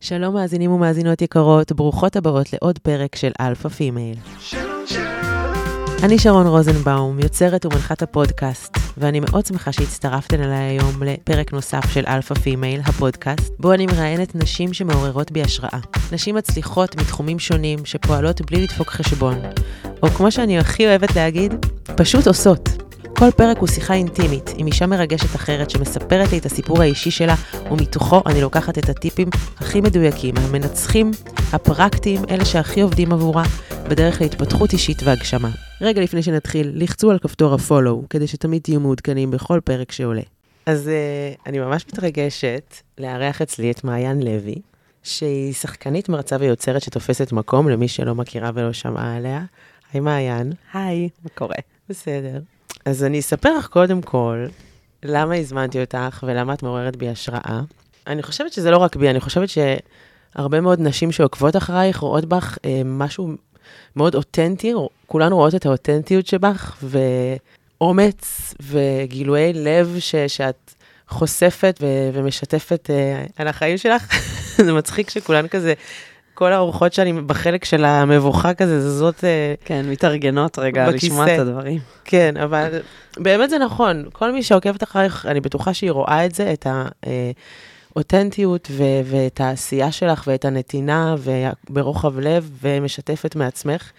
שלום מאזינים ומאזינות יקרות, ברוכות הבאות לעוד פרק של אלפא פימייל. אני שרון רוזנבאום, יוצרת ומנחת הפודקאסט, ואני מאוד שמחה שהצטרפתן אליי היום לפרק נוסף של אלפא פימייל, הפודקאסט, בו אני מראיינת נשים שמעוררות בי השראה. נשים מצליחות מתחומים שונים שפועלות בלי לדפוק חשבון, או כמו שאני הכי אוהבת להגיד, פשוט עושות. כל פרק הוא שיחה אינטימית, עם אישה מרגשת אחרת שמספרת לי את הסיפור האישי שלה, ומתוכו אני לוקחת את הטיפים הכי מדויקים, המנצחים, הפרקטיים, אלה שהכי עובדים עבורה, בדרך להתפתחות אישית והגשמה. רגע לפני שנתחיל, לחצו על כפתור הפולו, כדי שתמיד תהיו מעודכנים בכל פרק שעולה. אז אני ממש מתרגשת לארח אצלי את מעיין לוי, שהיא שחקנית מרצה ויוצרת שתופסת מקום למי שלא מכירה ולא שמעה עליה. היי מעיין. היי, מה קורה? בסדר. אז אני אספר לך קודם כל, למה הזמנתי אותך ולמה את מעוררת בי השראה. אני חושבת שזה לא רק בי, אני חושבת שהרבה מאוד נשים שעוקבות אחרייך רואות בך משהו מאוד אותנטי, כולנו רואות את האותנטיות שבך, ואומץ וגילויי לב שאת חושפת ומשתפת על החיים שלך. זה מצחיק שכולן כזה, כל האורחות שאני בחלק של המבוכה כזה, זאת כן, מתארגנות רגע בכיסא. לשמוע את הדברים. כן, אבל באמת זה נכון. כל מי שעוקבת אחרייך, אני בטוחה שהיא רואה את זה, את האותנטיות ואת העשייה שלך ואת הנתינה וברוחב לב ומשתפת מעצמך.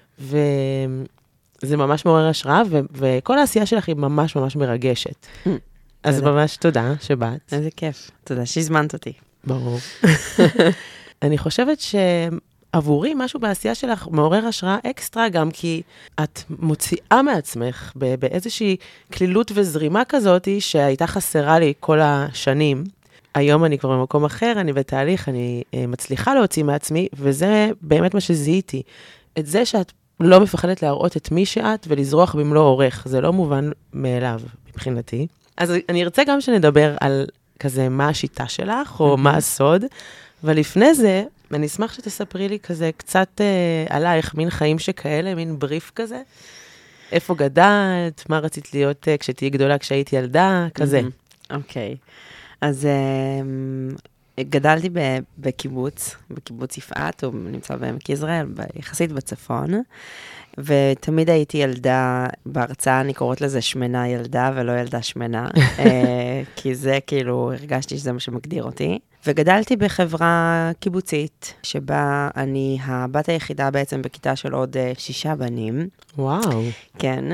וזה ממש מעורר השראה, וכל העשייה שלך היא ממש ממש מרגשת. אז ממש תודה שבאת. איזה כיף. תודה שהזמנת אותי. ברור. אני חושבת שעבורי משהו בעשייה שלך מעורר השראה אקסטרה, גם כי את מוציאה מעצמך באיזושהי כלילות וזרימה כזאת שהייתה חסרה לי כל השנים. היום אני כבר במקום אחר, אני בתהליך, אני מצליחה להוציא מעצמי, וזה באמת מה שזיהיתי. את זה שאת לא מפחדת להראות את מי שאת ולזרוח במלוא אורך, זה לא מובן מאליו מבחינתי. אז אני ארצה גם שנדבר על כזה מה השיטה שלך, או מה הסוד, אבל לפני זה, אני אשמח שתספרי לי כזה קצת עלייך, מין חיים שכאלה, מין בריף כזה. איפה גדלת, מה רצית להיות כשתהיי גדולה, כשהיית ילדה, כזה. אוקיי. אז גדלתי בקיבוץ יפעת, הוא נמצא בעמק יזרעאל, יחסית בצפון, ותמיד הייתי ילדה, בהרצאה אני קוראת לזה שמנה ילדה ולא ילדה שמנה, כי זה כאילו, הרגשתי שזה מה שמגדיר אותי. וגדלתי בחברה קיבוצית, שבה אני הבת היחידה בעצם בכיתה של עוד 6 בנים. וואו. כן,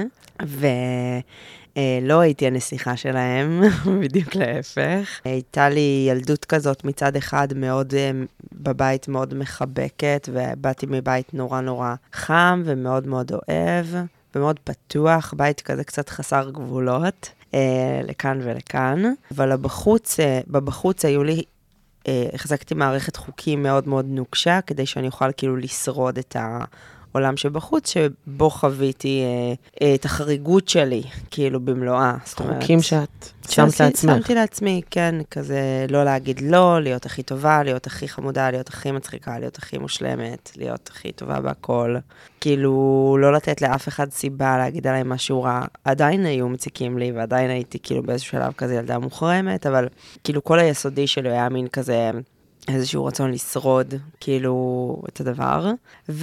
ולא הייתי הנסיכה שלהם, בדיוק להפך. הייתה לי ילדות כזאת מצד אחד מאוד, בבית מאוד מחבקת, ובאתי מבית נורא נורא חם ומאוד מאוד אוהב, ומאוד פתוח, בית כזה קצת חסר גבולות, לכאן ולכאן. אבל בבחוץ היו לי, החזקתי מערכת חוקים מאוד מאוד נוקשה, כדי שאני אוכל כאילו לשרוד את העולם שבחוץ, שבו חוויתי את החריגות שלי, כאילו במלואה. חוקים שאת שמת לעצמך. שמתי לעצמי, כן, כזה לא להגיד לא, להיות הכי טובה, להיות הכי חמודה, להיות הכי מצחיקה, להיות הכי מושלמת, להיות הכי טובה בהכל. כאילו לא לתת לאף אחד סיבה להגיד עליי משהו רע. עדיין היו מציקים לי, ועדיין הייתי כאילו באיזשהו שלב כזה ילדה מוחרמת, אבל כאילו כל היסודי שלי היה מין כזה איזשהו רצון לשרוד, כאילו, את הדבר.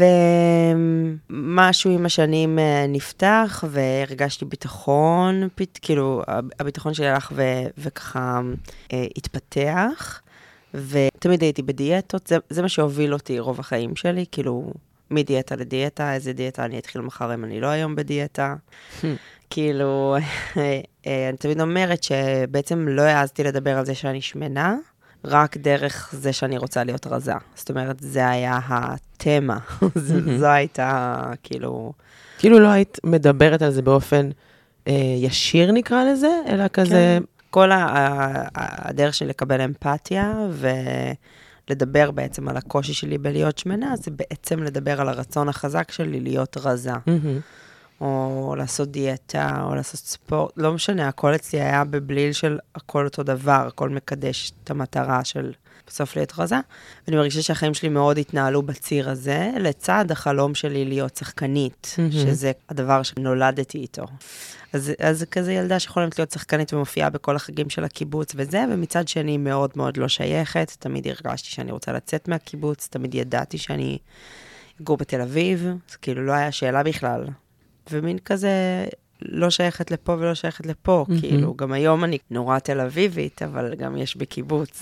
ומשהו עם השנים נפתח, והרגשתי ביטחון, כאילו, הביטחון שלי הלך וככה התפתח, ותמיד הייתי בדיאטות, זה מה שהוביל אותי רוב החיים שלי, כאילו, מדיאטה לדיאטה, איזה דיאטה אני אתחיל מחר אם אני לא היום בדיאטה. כאילו, אני תמיד אומרת שבעצם לא העזתי לדבר על זה שאני שמנה, רק דרך זה שאני רוצה להיות רזה. זאת אומרת, זה היה התמה. זו הייתה, כאילו... כאילו לא היית מדברת על זה באופן ישיר, נקרא לזה, אלא כזה... כן. כל הדרך שלי לקבל אמפתיה, ולדבר בעצם על הקושי שלי בלהיות שמנה, זה בעצם לדבר על הרצון החזק שלי להיות רזה. או לעשות דיאטה, או לעשות ספורט, לא משנה, הכל אצלי היה בבליל של הכל אותו דבר, הכל מקדש את המטרה של בסוף להיות רוזה, ואני מרגישה שהחיים שלי מאוד התנהלו בציר הזה, לצד החלום שלי להיות שחקנית, שזה הדבר שנולדתי איתו. אז כזה ילדה שיכולת להיות שחקנית ומופיעה בכל החגים של הקיבוץ וזה, ומצד שני מאוד מאוד לא שייכת, תמיד הרגשתי שאני רוצה לצאת מהקיבוץ, תמיד ידעתי שאני אגור בתל אביב, אז כאילו לא היה שאלה בכלל. ומין כזה לא שייכת לפה ולא שייכת לפה, כאילו גם היום אני נורא תל אביבית, אבל גם יש בקיבוץ.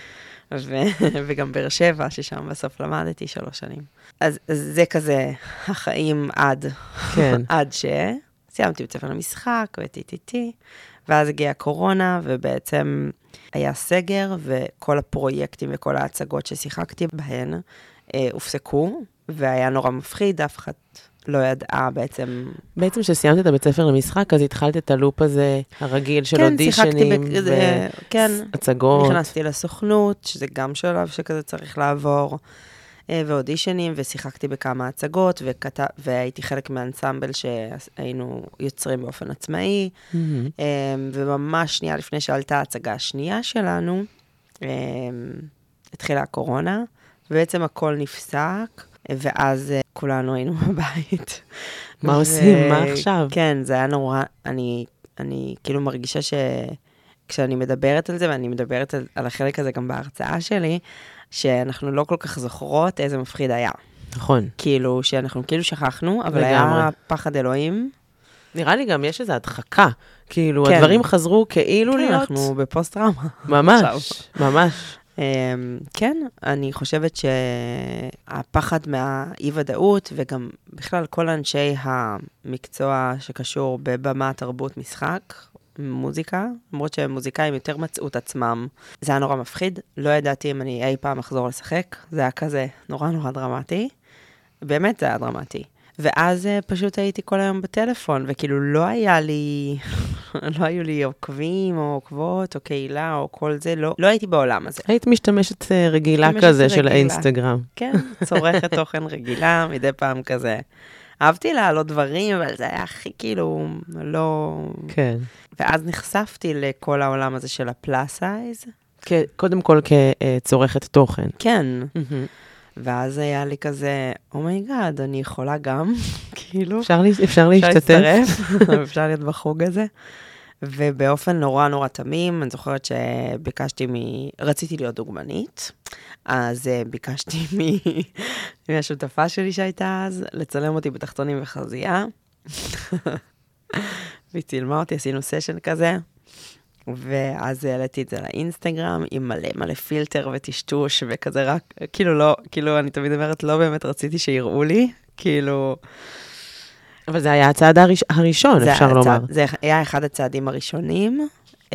וגם באר שבע, ששם בסוף למדתי 3 שנים. אז זה כזה החיים עד סיימתי בית ספר למשחק, וטיטיטי, ואז הגיעה הקורונה, ובעצם היה סגר, וכל הפרויקטים וכל ההצגות ששיחקתי בהן הופסקו, והיה נורא מפחיד, אף אחד לא ידעה בעצם... בעצם שסיימת את הבית ספר למשחק, אז התחלת את הלופ הזה הרגיל של אודישנים והצגות. נכנסתי לסוכנות, שזה גם שלב שכזה צריך לעבור, ואודישנים, ושיחקתי בכמה הצגות, והייתי חלק מהאנסמבל שהיינו יוצרים באופן עצמאי, וממש שנייה לפני שעלתה ההצגה השנייה שלנו, התחילה הקורונה, ובעצם הכל נפסק, ואז כולנו היינו בבית. מה עושים? מה עכשיו? כן, זה היה נורא, אני כאילו מרגישה שכשאני מדברת על זה, ואני מדברת על החלק הזה גם בהרצאה שלי, שאנחנו לא כל כך זוכרות איזה מפחיד היה. נכון. כאילו, שאנחנו כאילו שכחנו, אבל היה פחד אלוהים. נראה לי גם יש איזו הדחקה. כאילו, הדברים חזרו כאילו להיות... אנחנו בפוסט-טראומה. ממש, ממש. כן, אני חושבת שהפחד מהאי-ודאות, וגם בכלל כל אנשי המקצוע שקשור בבמה, תרבות, משחק, מוזיקה, למרות שהם מוזיקאים יותר מצאו את עצמם. זה היה נורא מפחיד, לא ידעתי אם אני אי פעם אחזור לשחק, זה היה כזה נורא נורא דרמטי, באמת זה היה דרמטי. ואז פשוט הייתי כל היום בטלפון, וכאילו לא היו לי עוקבים או עוקבות או קהילה או כל זה, לא הייתי בעולם הזה. היית משתמשת רגילה כזה של האינסטגרם. כן, צורכת תוכן רגילה, מדי פעם כזה. אהבתי לעלות דברים, אבל זה היה הכי כאילו לא... כן. ואז נחשפתי לכל העולם הזה של הפלאס סייז. קודם כל כצורכת תוכן. כן. ואז היה לי כזה, אומייגאד, אני יכולה גם, כאילו. אפשר להשתתף. אפשר להיות בחוג הזה. ובאופן נורא נורא תמים, אני זוכרת שביקשתי רציתי להיות דוגמנית, אז ביקשתי מהשותפה שלי שהייתה אז, לצלם אותי בתחתונים וחזייה. והיא צילמה אותי, עשינו סשן כזה. ואז העליתי את זה לאינסטגרם, עם מלא מלא פילטר וטשטוש, וכזה רק, כאילו אני תמיד אומרת, לא באמת רציתי שיראו לי, כאילו... אבל זה היה הצעד הראשון, אפשר לומר. זה היה אחד הצעדים הראשונים,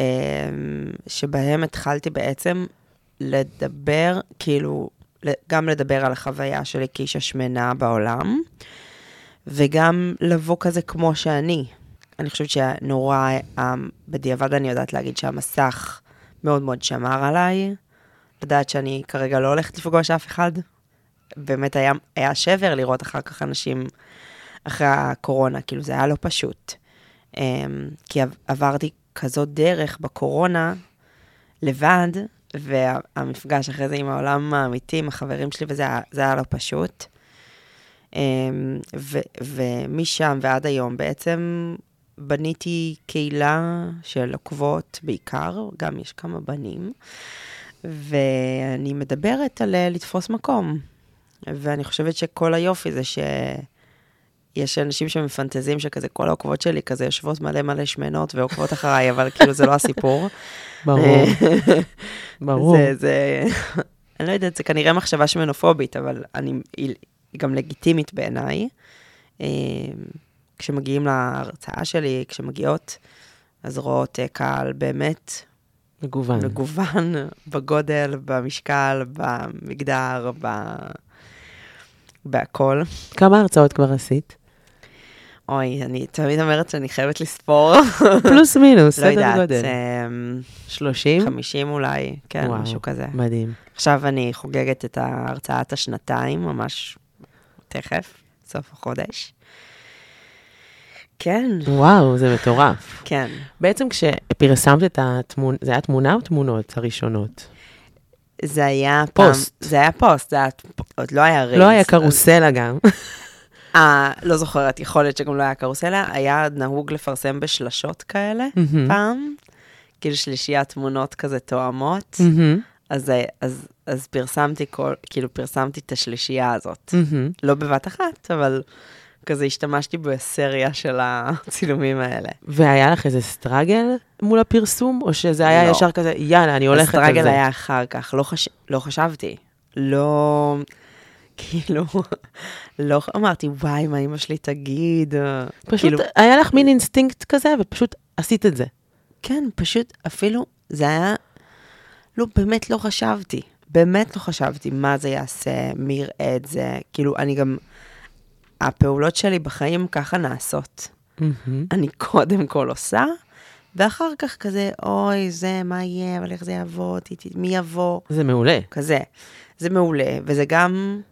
שבהם התחלתי בעצם לדבר, כאילו, גם לדבר על החוויה שלי כאישה שמנה בעולם, וגם לבוא כזה כמו שאני. אני חושבת שנורא, בדיעבד אני יודעת להגיד שהמסך מאוד מאוד שמר עליי, לדעת שאני כרגע לא הולכת לפגוש אף אחד. באמת היה שבר לראות אחר כך אנשים אחרי הקורונה, כאילו זה היה לא פשוט. כי עברתי כזאת דרך בקורונה לבד, והמפגש אחרי זה עם העולם האמיתי, עם החברים שלי, וזה היה לא פשוט. ומשם ועד היום בעצם... בניתי קהילה של עוקבות בעיקר, גם יש כמה בנים, ואני מדברת על לתפוס מקום. ואני חושבת שכל היופי זה שיש אנשים שמפנטזים שכזה, כל העוקבות שלי כזה יושבות מלא מלא שמנות ועוקבות אחריי, אבל כאילו זה לא הסיפור. ברור. ברור. אני לא יודעת, זה כנראה מחשבה שמנופובית, אבל היא גם לגיטימית בעיניי. כשמגיעים להרצאה שלי, כשמגיעות, אז רואות קהל באמת מגוון, בגודל, במשקל, במגדר, בהכל. כמה הרצאות כבר עשית? אוי, אני תמיד אומרת שאני חייבת לספור. פלוס מינוס, לא יודעת. 30? 50 אולי, כן, וואו, משהו כזה. מדהים. עכשיו אני חוגגת את ההרצאת השנתיים, ממש תכף, סוף החודש. כן. וואו, זה מטורף. כן. בעצם כשפרסמת את התמונה, זה היה תמונה או תמונות הראשונות? זה היה פוסט. זה היה פוסט, זה היה, עוד לא היה רייס. לא היה קרוסלה גם. לא זוכרת, יכול להיות שגם לא היה קרוסלה, היה נהוג לפרסם בשלשות כאלה פעם, כאילו שלישיית תמונות כזה תואמות, אז פרסמתי את השלישייה הזאת. לא בבת אחת, אבל כזה השתמשתי בסריה של הצילומים האלה. והיה לך איזה סטרגל מול הפרסום, או שזה היה ישר כזה, יאללה, אני הולכת על זה? הסטרגל היה אחר כך, לא חשבתי. לא, כאילו, לא אמרתי, וואי, מה אמא שלי תגיד? פשוט היה לך מין אינסטינקט כזה, ופשוט עשית את זה. כן, פשוט אפילו, זה היה, לא, באמת לא חשבתי. באמת לא חשבתי מה זה יעשה, מי יראה את זה. כאילו, אני גם, הפעולות שלי בחיים ככה נעשות. אני קודם כל עושה, ואחר כך כזה, אוי, זה, מה יהיה, אבל איך זה יעבוד, מי יבוא. זה מעולה. כזה. זה מעולה, וזה גם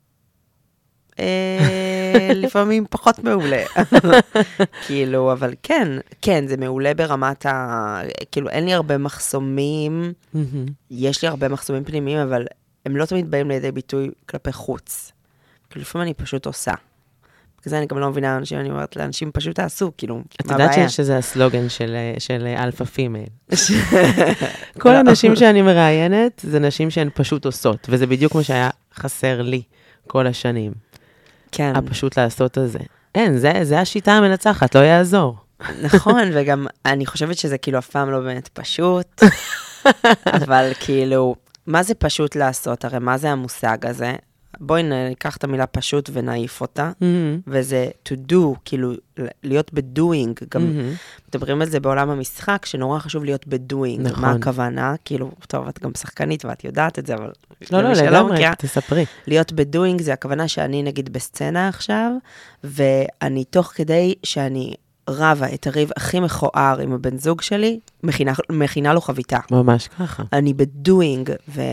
לפעמים פחות מעולה. כאילו, אבל כן, זה מעולה ברמת כאילו, אין לי הרבה מחסומים, יש לי הרבה מחסומים פנימיים, אבל הם לא תמיד באים לידי ביטוי כלפי חוץ. כאילו, לפעמים אני פשוט עושה. בגלל אני גם לא מבינה אנשים, אני אומרת לאנשים פשוט תעשו, כאילו, מה הבעיה? את יודעת שזה הסלוגן של אלפא פימייל. כל הנשים שאני מראיינת, זה נשים שהן פשוט עושות, וזה בדיוק מה שהיה חסר לי כל השנים. כן. הפשוט לעשות את זה. אין, זה השיטה המנצחת, לא יעזור. נכון, וגם אני חושבת שזה כאילו אף פעם לא באמת פשוט, אבל כאילו, מה זה פשוט לעשות? הרי מה זה המושג הזה? בואי ניקח את המילה פשוט ונעיף אותה, וזה to do, כאילו, להיות ב-doing, גם מדברים על זה בעולם המשחק, שנורא חשוב להיות ב-doing, מה הכוונה, כאילו, טוב, את גם שחקנית ואת יודעת את זה, אבל... לא, לגמרי, תספרי. להיות ב-doing זה הכוונה שאני נגיד בסצנה עכשיו, ואני תוך כדי שאני רבה את הריב הכי מכוער עם הבן זוג שלי, מכינה לו חביתה. ממש ככה. אני ב-doing,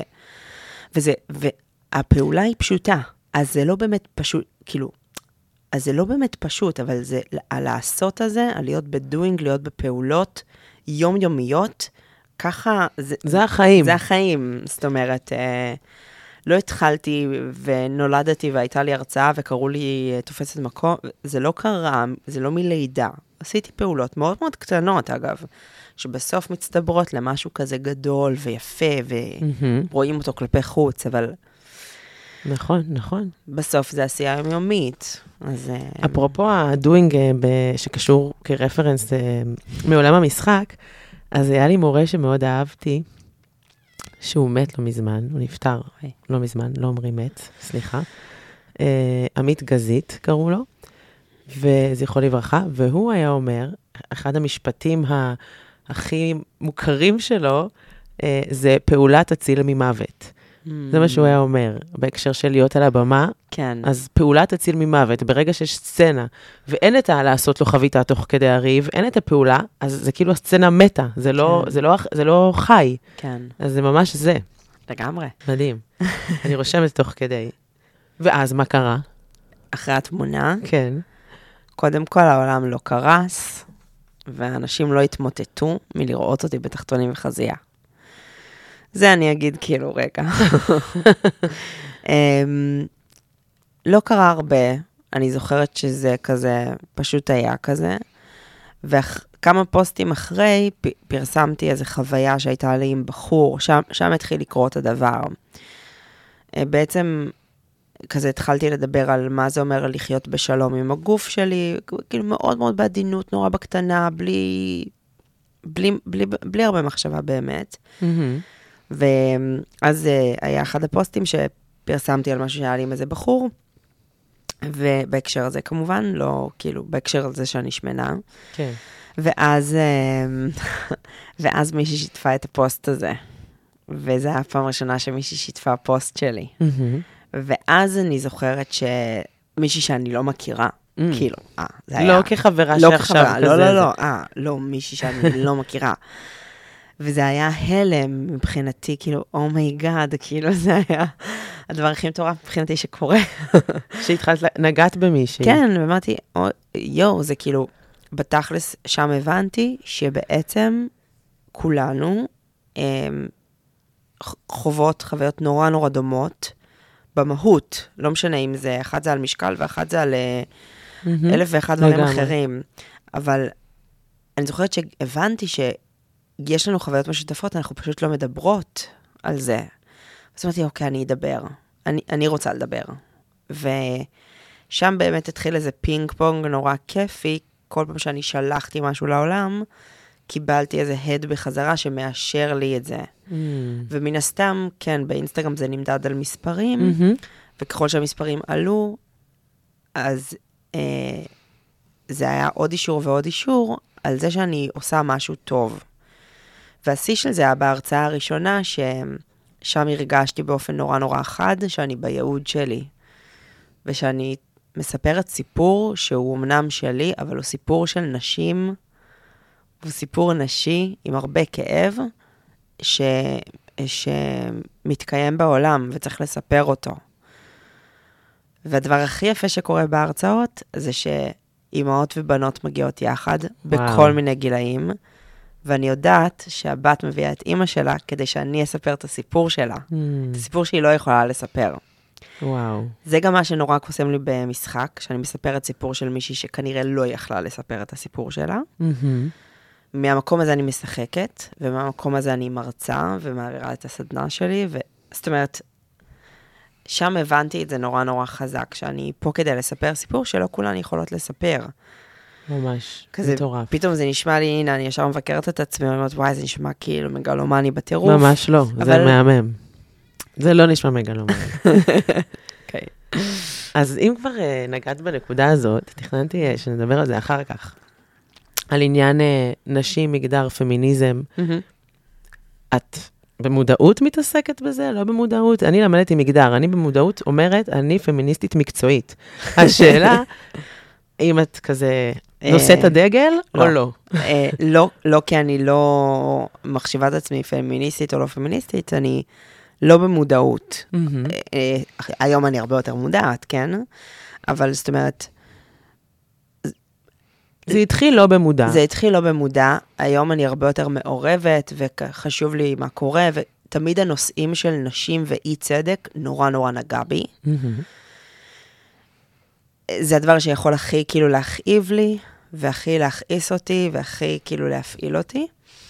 הפעולה היא פשוטה, אז זה לא באמת פשוט, כאילו, אז זה לא באמת פשוט, אבל זה, לעשות הזה, להיות בדואינג, להיות בפעולות יומיומיות, ככה, זה החיים. זה החיים, זאת אומרת, לא התחלתי ונולדתי והייתה לי הרצאה וקראו לי תופסת מקום, זה לא קרה, זה לא מלידה. עשיתי פעולות מאוד מאוד קטנות, אגב, שבסוף מצטברות למשהו כזה גדול ויפה, ורואים אותו כלפי חוץ, אבל... נכון. בסוף זה עשייה יומיומית. אז... אפרופו הדואינג שקשור כרפרנס מעולם המשחק, אז היה לי מורה שמאוד אהבתי, שהוא מת לא מזמן, הוא נפטר לא מזמן, לא אומרים מת, סליחה. עמית גזית קראו לו, וזכרו לברכה, והוא היה אומר, אחד המשפטים הכי מוכרים שלו, זה פעולת הציל ממוות. זה מה שהוא היה אומר, בהקשר של להיות על הבמה, כן. אז פעולת הציל ממוות, ברגע שיש סצנה, ואין את לעשות לו חביתה תוך כדי הריב, אין את הפעולה, אז זה כאילו הסצנה מתה, זה לא חי. כן. אז זה ממש זה. לגמרי. מדהים. אני רושמת תוך כדי. ואז מה קרה? אחרי התמונה. כן. קודם כל העולם לא קרס, ואנשים לא התמוטטו מלראות אותי בתחתונים וחזייה. זה אני אגיד כאילו רגע. לא קרה הרבה, אני זוכרת שזה כזה, פשוט היה כזה, וכמה פוסטים אחרי פרסמתי איזו חוויה שהייתה לי עם בחור, שם התחיל לקרוא את הדבר. בעצם כזה התחלתי לדבר על מה זה אומר לחיות בשלום עם הגוף שלי, כאילו מאוד מאוד בעדינות, נורא בקטנה, בלי הרבה מחשבה באמת. ואז היה אחד הפוסטים שפרסמתי על משהו שהיה לי עם איזה בחור, ובהקשר הזה כמובן, לא, כאילו, בהקשר הזה שאני שמנה. כן. ואז מישהי שיתפה את הפוסט הזה, וזו היה הפעם הראשונה שמישהי שיתפה פוסט שלי. ואז אני זוכרת שמישהי שאני לא מכירה, כאילו, זה היה... לא כחברה שעכשיו כזה. לא, מישהי שאני לא מכירה. וזה היה הלם מבחינתי, כאילו, אומייגאד, כאילו זה היה הדבר הכי מטורף מבחינתי שקורה. שהתחלת, נגעת במישהי. כן, ואמרתי, זה כאילו, בתכלס שם הבנתי שבעצם כולנו חוות חוויות נורא נורא דומות, במהות, לא משנה אם זה, אחד זה על משקל, ואחד זה על אלף ואחד דברים אחרים. אבל אני זוכרת שהבנתי שיש לנו חוויות משותפות, אנחנו פשוט לא מדברות על זה. אז אמרתי, אוקיי, אני אדבר. אני רוצה לדבר. ושם באמת התחיל איזה פינג פונג נורא כיפי, כל פעם שאני שלחתי משהו לעולם, קיבלתי איזה הד בחזרה שמאשר לי את זה. ומן הסתם, כן, באינסטגרם זה נמדד על מספרים, וככל שהמספרים עלו, אז זה היה עוד אישור ועוד אישור, על זה שאני עושה משהו טוב. והשיא של זה היה בהרצאה הראשונה, ששם הרגשתי באופן נורא נורא חד, שאני בייעוד שלי, ושאני מספרת סיפור שהוא אמנם שלי, אבל הוא סיפור של נשים, הוא סיפור נשי עם הרבה כאב, שמתקיים בעולם וצריך לספר אותו. והדבר הכי יפה שקורה בהרצאות, זה שאימהות ובנות מגיעות יחד, בכל מיני גילאים, ואני יודעת שהבת מביאה את אימא שלה, כדי שאני אספר את הסיפור שלה. את הסיפור שהיא לא יכולה לספר. וואו. זה גם מה שנורא קוסם לי במשחק, שאני מספרת סיפור של מישהי שכנראה לא יכלה לספר את הסיפור שלה. מהמקום הזה אני משחקת, ומהמקום הזה אני מרצה, ומעבירה את הסדנה שלי, זאת אומרת, שם הבנתי את זה נורא נורא חזק, שאני פה כדי לספר סיפור שלא כולן יכולות לספר. ממש, כזה, מטורף. פתאום זה נשמע לי, הנה, אני ישר מבקרת את עצמי, אני אומרת, וואי, זה נשמע כאילו מגלומני בטירוף. ממש לא, זה מהמם. זה לא נשמע מגלומני. אוקיי. אז אם כבר נגעת בנקודה הזאת, תכננתי שנדבר על זה אחר כך. על עניין נשים, מגדר, פמיניזם. את במודעות מתעסקת בזה? לא במודעות? אני למדתי מגדר. אני במודעות אומרת, אני פמיניסטית מקצועית. השאלה, אם את כזה נושאת הדגל או לא? לא, כי אני לא מחשיבה את עצמי פמיניסטית או לא פמיניסטית, אני לא במודעות. היום אני הרבה יותר מודעת, כן? אבל זאת אומרת, זה התחיל לא במודע. זה התחיל לא במודע, היום אני הרבה יותר מעורבת, וחשוב לי מה קורה, ותמיד הנושאים של נשים ואי צדק נורא נורא נגע בי. זה הדבר שיכול הכי כאילו להכאיב לי, והכי להכעיס אותי, והכי כאילו להפעיל אותי.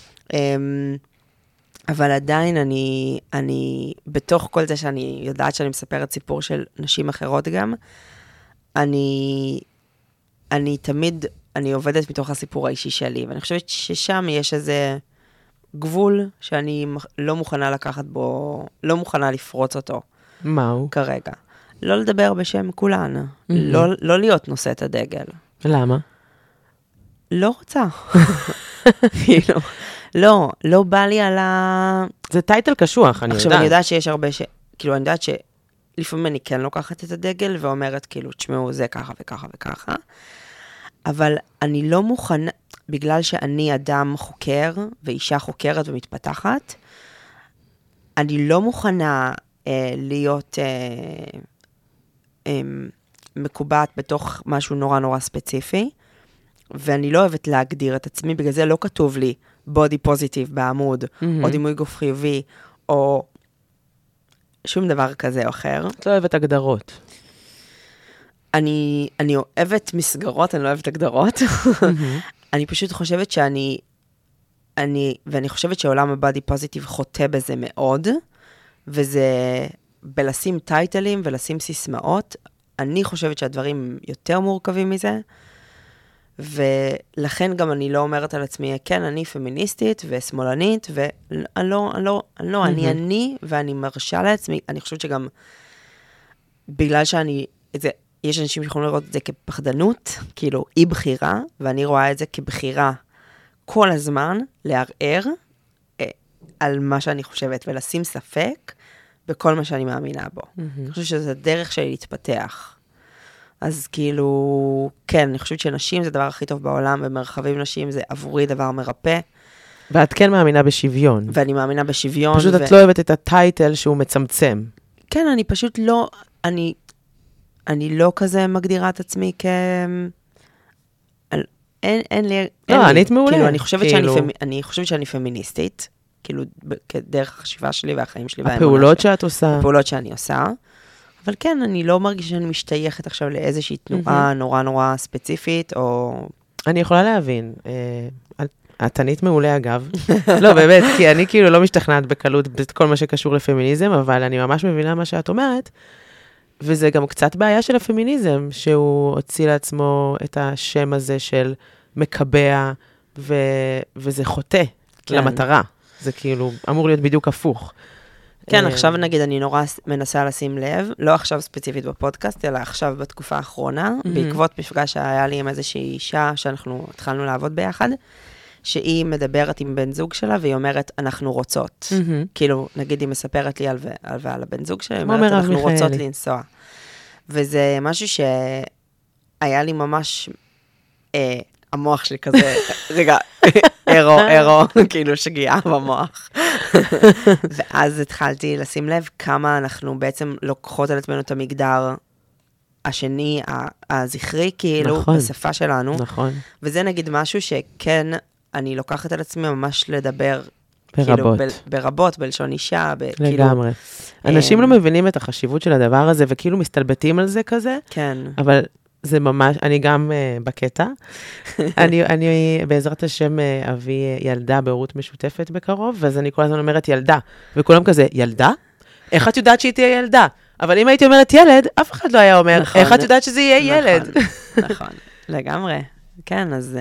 אבל עדיין אני, בתוך כל זה שאני יודעת שאני מספרת סיפור של נשים אחרות גם, אני תמיד, אני עובדת מתוך הסיפור האישי שלי, ואני חושבת ששם יש איזה גבול שאני לא מוכנה לקחת בו, לא מוכנה לפרוץ אותו. מהו? כרגע. לא לדבר בשם כולן, לא להיות נושאת הדגל. למה? לא רוצה. לא בא לי על ה... זה טייטל קשוח, אני יודעת. עכשיו, אני יודעת שיש הרבה כאילו, אני יודעת שלפעמים אני כן לוקחת את הדגל, ואומרת, כאילו, תשמעו, זה ככה וככה וככה. אבל אני לא מוכנה, בגלל שאני אדם חוקר, ואישה חוקרת ומתפתחת, אני לא מוכנה להיות מקובעת בתוך משהו נורא נורא ספציפי, ואני לא אוהבת להגדיר את עצמי, בגלל זה לא כתוב לי בודי פוזיטיב בעמוד, או דימוי גוף חיובי, או שום דבר כזה או אחר. את לא אוהבת הגדרות. אני אוהבת מסגרות, אני לא אוהבת הגדרות. אני פשוט חושבת ואני חושבת שעולם הבודי פוזיטיב חוטא בזה מאוד, וזה בלשים טייטלים ולשים סיסמאות. אני חושבת שהדברים יותר מורכבים מזה, ולכן גם אני לא אומרת על עצמי, כן, אני פמיניסטית ושמאלנית, אני, ואני מרשה לעצמי, אני חושבת שגם, בגלל יש אנשים שיכולים לראות את זה כפחדנות, כאילו, אי בחירה, ואני רואה את זה כבחירה כל הזמן, לערער על מה שאני חושבת, ולשים ספק בכל מה שאני מאמינה בו. אני חושבת שזה דרך שלי להתפתח. אז כאילו, כן, אני חושבת שנשים זה הדבר הכי טוב בעולם, ומרחבים נשים זה עבורי דבר מרפא. ואת כן מאמינה בשוויון. ואני מאמינה בשוויון. פשוט את לא אוהבת את הטייטל שהוא מצמצם. כן, אני פשוט לא, אני לא כזה מגדירה את עצמי אין לי... לא, ענית מעולה. כאילו, אני חושבת שאני פמיניסטית, כאילו, דרך החשיבה שלי והחיים שלי. הפעולות שאת עושה. הפעולות שאני עושה. אבל כן, אני לא מרגיש שאני משתייכת עכשיו לאיזושהי תנועה נורא נורא ספציפית, או... אני יכולה להבין. את ענית מעולה אגב. לא, באמת, כי אני כאילו לא משתכנעת בקלות בכל מה שקשור לפמיניזם, אבל אני ממש מבינה מה שאת אומרת, וזה גם קצת בעיה של הפמיניזם, שהוא הוציא לעצמו את השם הזה של מקבע, וזה חוטא למטרה. זה כאילו אמור להיות בדיוק הפוך. כן, עכשיו נגיד אני נורא מנסה לשים לב, לא עכשיו ספציפית בפודקאסט, אלא עכשיו בתקופה האחרונה, בעקבות מפגש שהיה לי עם איזושהי אישה שאנחנו התחלנו לעבוד ביחד, שהיא מדברת עם בן זוג שלה, והיא אומרת, אנחנו רוצות. כאילו, נגיד היא מספרת לי על הבן זוג שלה, היא אומרת, אנחנו רוצות לנסוע. וזה משהו שהיה לי ממש, המוח שלי כזה, רגע, אירו, כאילו שגיאה במוח. ואז התחלתי לשים לב כמה אנחנו בעצם לוקחות על עצמנו את המגדר השני, הזכרי, כאילו, נכון, בשפה שלנו. נכון. וזה נגיד משהו שכן, אני לוקחת על עצמי ממש לדבר, ברבות. כאילו, ברבות, בלשון אישה, לגמרי. אנשים לא מבינים את החשיבות של הדבר הזה, וכאילו מסתלבטים על זה כזה. כן. אבל זה ממש, אני גם בקטע. אני בעזרת השם אביא ילדה בהורות משותפת בקרוב, ואז אני כל הזמן אומרת ילדה. וכולם כזה, ילדה? איך את יודעת שהיא תהיה ילדה? אבל אם הייתי אומרת ילד, אף אחד לא היה אומר, איך את יודעת שזה יהיה ילד? נכון, לגמרי. כן, אז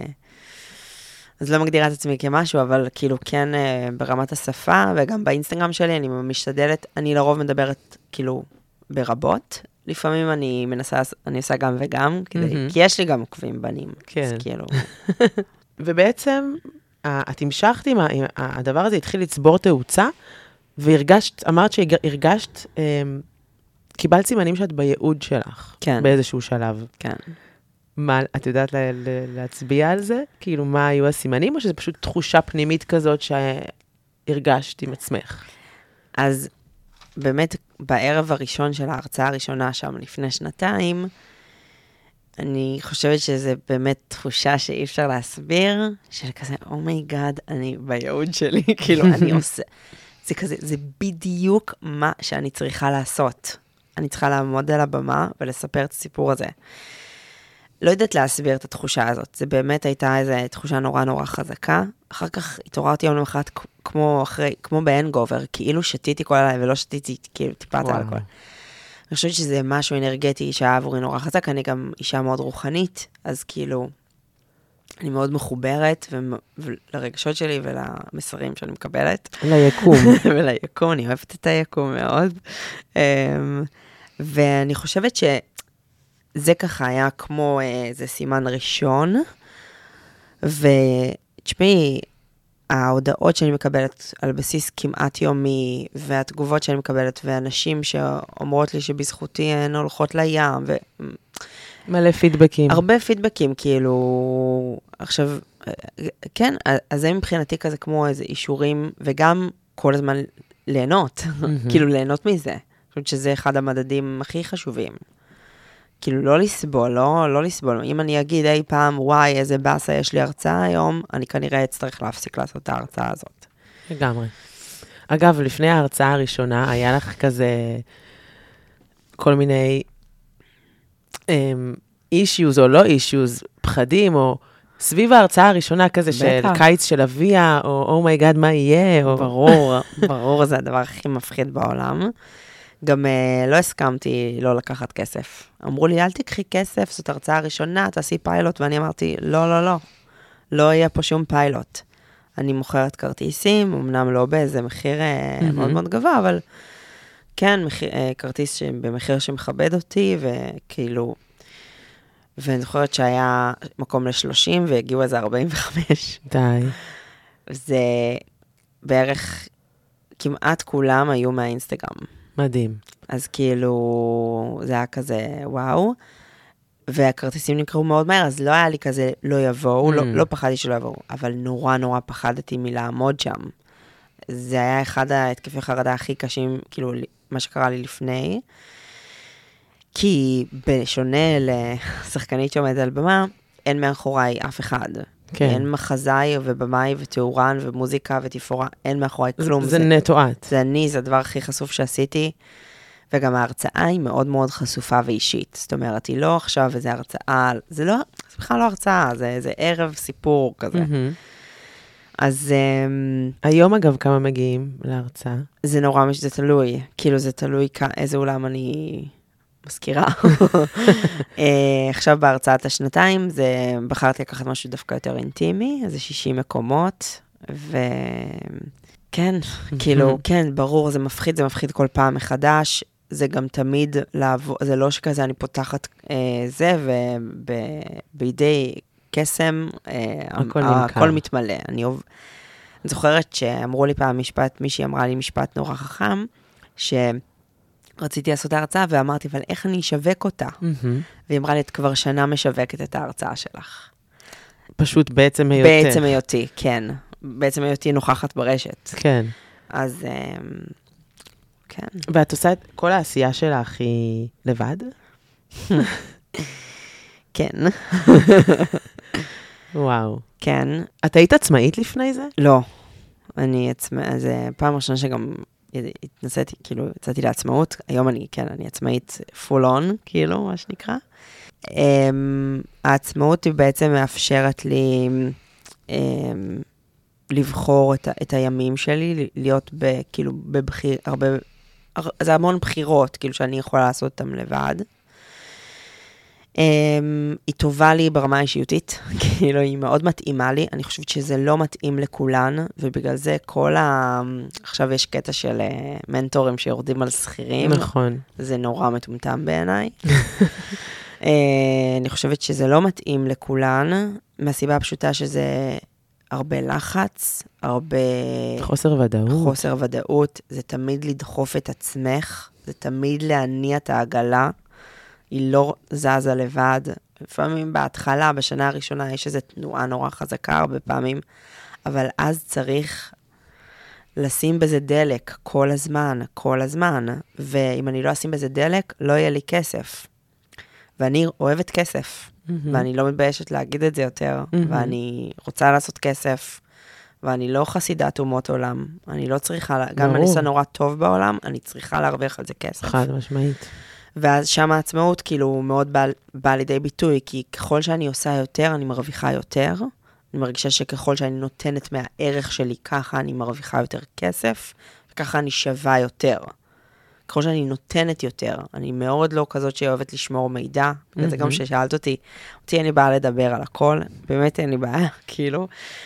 לא מגדירה את עצמי כמשהו, אבל כאילו כן ברמת השפה, וגם באינסטגרם שלי אני משתדלת, אני לרוב מדברת כאילו ברבות, לפעמים אני מנסה, אני עושה גם וגם, כי יש לי גם עוקבים בנים. כן. כאילו. ובעצם, את המשכת עם הדבר הזה, התחיל לצבור תאוצה, והרגשת, אמרת שהרגשת, קיבלת סימנים שאת בייעוד שלך. כן. באיזשהו שלב. כן. מה, את יודעת להצביע על זה? כאילו, מה היו הסימנים, או שזה פשוט תחושה פנימית כזאת שהרגשת עם עצמך? אז באמת, בערב הראשון של ההרצאה הראשונה שם, לפני שנתיים, אני חושבת שזה באמת תחושה שאי אפשר להסביר, של כזה, אומייגאד, אני בייעוד שלי, כאילו, אני עושה, זה כזה, זה בדיוק מה שאני צריכה לעשות. אני צריכה לעמוד על הבמה ולספר את הסיפור הזה. לא יודעת להסביר את התחושה הזאת, זה באמת הייתה איזו תחושה נורא נורא חזקה. אחר כך התעוררתי יום למחרת כמו בהנגובר, כאילו שתיתי כל הלילה ולא שתיתי כאילו טיפת אלכוהול. אני חושבת שזה משהו אנרגטי שהיה עבורי נורא חזק, אני גם אישה מאוד רוחנית, אז כאילו אני מאוד מחוברת לרגשות שלי ולמסרים שאני מקבלת. ליקום. וליקום, אני אוהבת את היקום מאוד. ואני חושבת שזה ככה היה כמו איזה סימן ראשון, ותשמעי, ההודעות שאני מקבלת על בסיס כמעט יומי, והתגובות שאני מקבלת, ואנשים שאומרות לי שבזכותי הן הולכות לים, מלא פידבקים. הרבה פידבקים, כאילו, עכשיו, כן, אז זה מבחינתי כזה כמו איזה אישורים, וגם כל הזמן ליהנות, כאילו ליהנות מזה. אני חושבת שזה אחד המדדים הכי חשובים. כאילו לא לסבול, לא לסבול. אם אני אגיד אי פעם, וואי, איזה באסה יש לי הרצאה היום, אני כנראה אצטרך להפסיק לעשות את ההרצאה הזאת. לגמרי. אגב, לפני ההרצאה הראשונה, היה לך כזה כל מיני אישיוז או לא אישיוז, פחדים, או סביב ההרצאה הראשונה כזה של קיץ של אביה, או אומייגאד, מה יהיה? ברור, זה הדבר הכי מפחיד בעולם. גם לא הסכמתי לא לקחת כסף. אמרו לי, אל תקחי כסף, זאת הרצאה ראשונה, תעשי פיילוט, ואני אמרתי, לא. לא יהיה פה שום פיילוט. אני מוכרת כרטיסים, אמנם לא באיזה מחיר מאוד מאוד גבוה, אבל כן, כרטיס במחיר שמכבד אותי, וכאילו, ואני זוכרת שהיה מקום ל-30, והגיעו איזה 45. די. זה בערך, כמעט כולם היו מהאינסטגרם. מדהים. אז כאילו, זה היה כזה, וואו. והכרטיסים נקראו מאוד מהר, אז לא היה לי כזה, לא יבואו, לא פחדתי שלא יבואו, אבל נורא נורא פחדתי מלעמוד שם. זה היה אחד ההתקפי חרדה הכי קשים, כאילו, מה שקרה לי לפני. כי בשונה לשחקנית שעומדת על במה, אין מאחוריי אף אחד. כן. אין מחזאי ובמאי ותאורן ומוזיקה ותפאורה, אין מאחורי כלום. זה נטו את. זה אני, זה הדבר הכי חשוף שעשיתי, וגם ההרצאה היא מאוד מאוד חשופה ואישית. זאת אומרת, היא לא עכשיו איזו הרצאה, זה בכלל לא הרצאה, זה ערב סיפור כזה. אז היום אגב כמה מגיעים להרצאה? זה נורא, זה תלוי, כאילו זה תלוי איזה אולם אני מזכירה. עכשיו בהרצאת השנתיים, בחרתי לקחת משהו דווקא יותר אינטימי, אז זה 60 מקומות, וכן, כאילו, כן, ברור, זה מפחיד כל פעם מחדש, זה גם תמיד לעבור, זה לא שכזה אני פותחת זה, ובידי קסם, הכל מתמלא. אני זוכרת שאמרו לי פעם משפט, מישהי אמרה לי משפט נורא חכם, שרציתי לעשות ההרצאה, ואמרתי, אבל איך אני אשווק אותה? והיא אמרה לי, את כבר שנה משווקת את ההרצאה שלך. פשוט בעצם היותך. בעצם היותי, כן. בעצם היותי נוכחת ברשת. כן. אז, כן. ואת עושה את כל העשייה שלך היא לבד? כן. וואו. כן. את היית עצמאית לפני זה? לא. זה פעם ראשונה שגם התנסיתי, כאילו, יצאתי לעצמאות. היום אני עצמאית full on, כאילו, מה שנקרא. העצמאות היא בעצם מאפשרת לי לבחור את הימים שלי, להיות כאילו זה המון בחירות, כאילו, שאני יכולה לעשות אותם לבד. היא טובה לי ברמה האישיותית, כאילו היא מאוד מתאימה לי, אני חושבת שזה לא מתאים לכולן, ובגלל זה עכשיו יש קטע של מנטורים שיורדים על שכירים. נכון. זה נורא מטומטם בעיניי. אני חושבת שזה לא מתאים לכולן, מהסיבה הפשוטה שזה הרבה לחץ, הרבה חוסר ודאות, זה תמיד לדחוף את עצמך, זה תמיד להניע את העגלה, היא לא זזה לבד. לפעמים בהתחלה, בשנה הראשונה, יש איזו תנועה נורא חזקה הרבה פעמים, אבל אז צריך לשים בזה דלק כל הזמן, ואם אני לא אשים בזה דלק, לא יהיה לי כסף. ואני אוהבת כסף, ואני לא מתביישת להגיד את זה יותר, ואני רוצה לעשות כסף, ואני לא חסידת אומות עולם, אני לא צריכה, גם אם אני עושה נורא טוב בעולם, אני צריכה להרוויח על זה כסף. חד משמעית. ואז שם העצמאות כאילו מאוד בא לידי ביטוי, כי ככל שאני עושה יותר, אני מרוויחה יותר. אני מרגישה שככל שאני נותנת מהערך שלי ככה, אני מרוויחה יותר כסף, וככה אני שווה יותר. ככל שאני נותנת יותר, אני מאוד לא כזאת שאוהבת לשמור מידע, וזה גם ששאלת אותי אין לי בעיה לדבר על הכל, באמת אין לי בעיה, כאילו.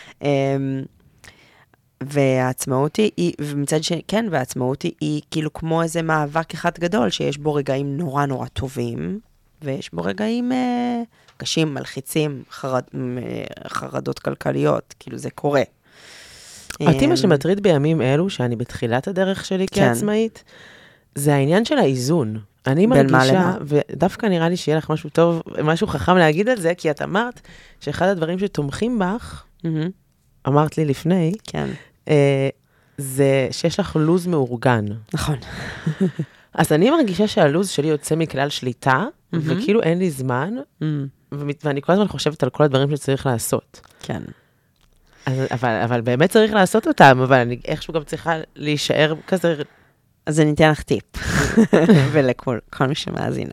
והעצמאות היא, ומצד שכן, והעצמאות היא כאילו כמו איזה מאבק אחד גדול, שיש בו רגעים נורא נורא טובים, ויש בו רגעים קשים, מלחיצים, חרדות כלכליות, כאילו זה קורה. אותי מה שמטריד בימים אלו, שאני בתחילת הדרך שלי כעצמאית, זה העניין של האיזון. אני מרגישה, ודווקא נראה לי שיהיה לך משהו טוב, משהו חכם להגיד על זה, כי את אמרת שאחד הדברים שתומכים בך, אמרת לי לפני, כן. זה שיש לך לוז מאורגן. נכון. אז אני מרגישה שהלוז שלי יוצא מכלל שליטה, וכאילו אין לי זמן, ואני כל הזמן חושבת על כל הדברים שצריך לעשות. כן. אבל באמת צריך לעשות אותם, אבל אני איכשהו גם צריכה להישאר כזה. אז אני אתן לך טיפ, ולכל מי שמאזינה.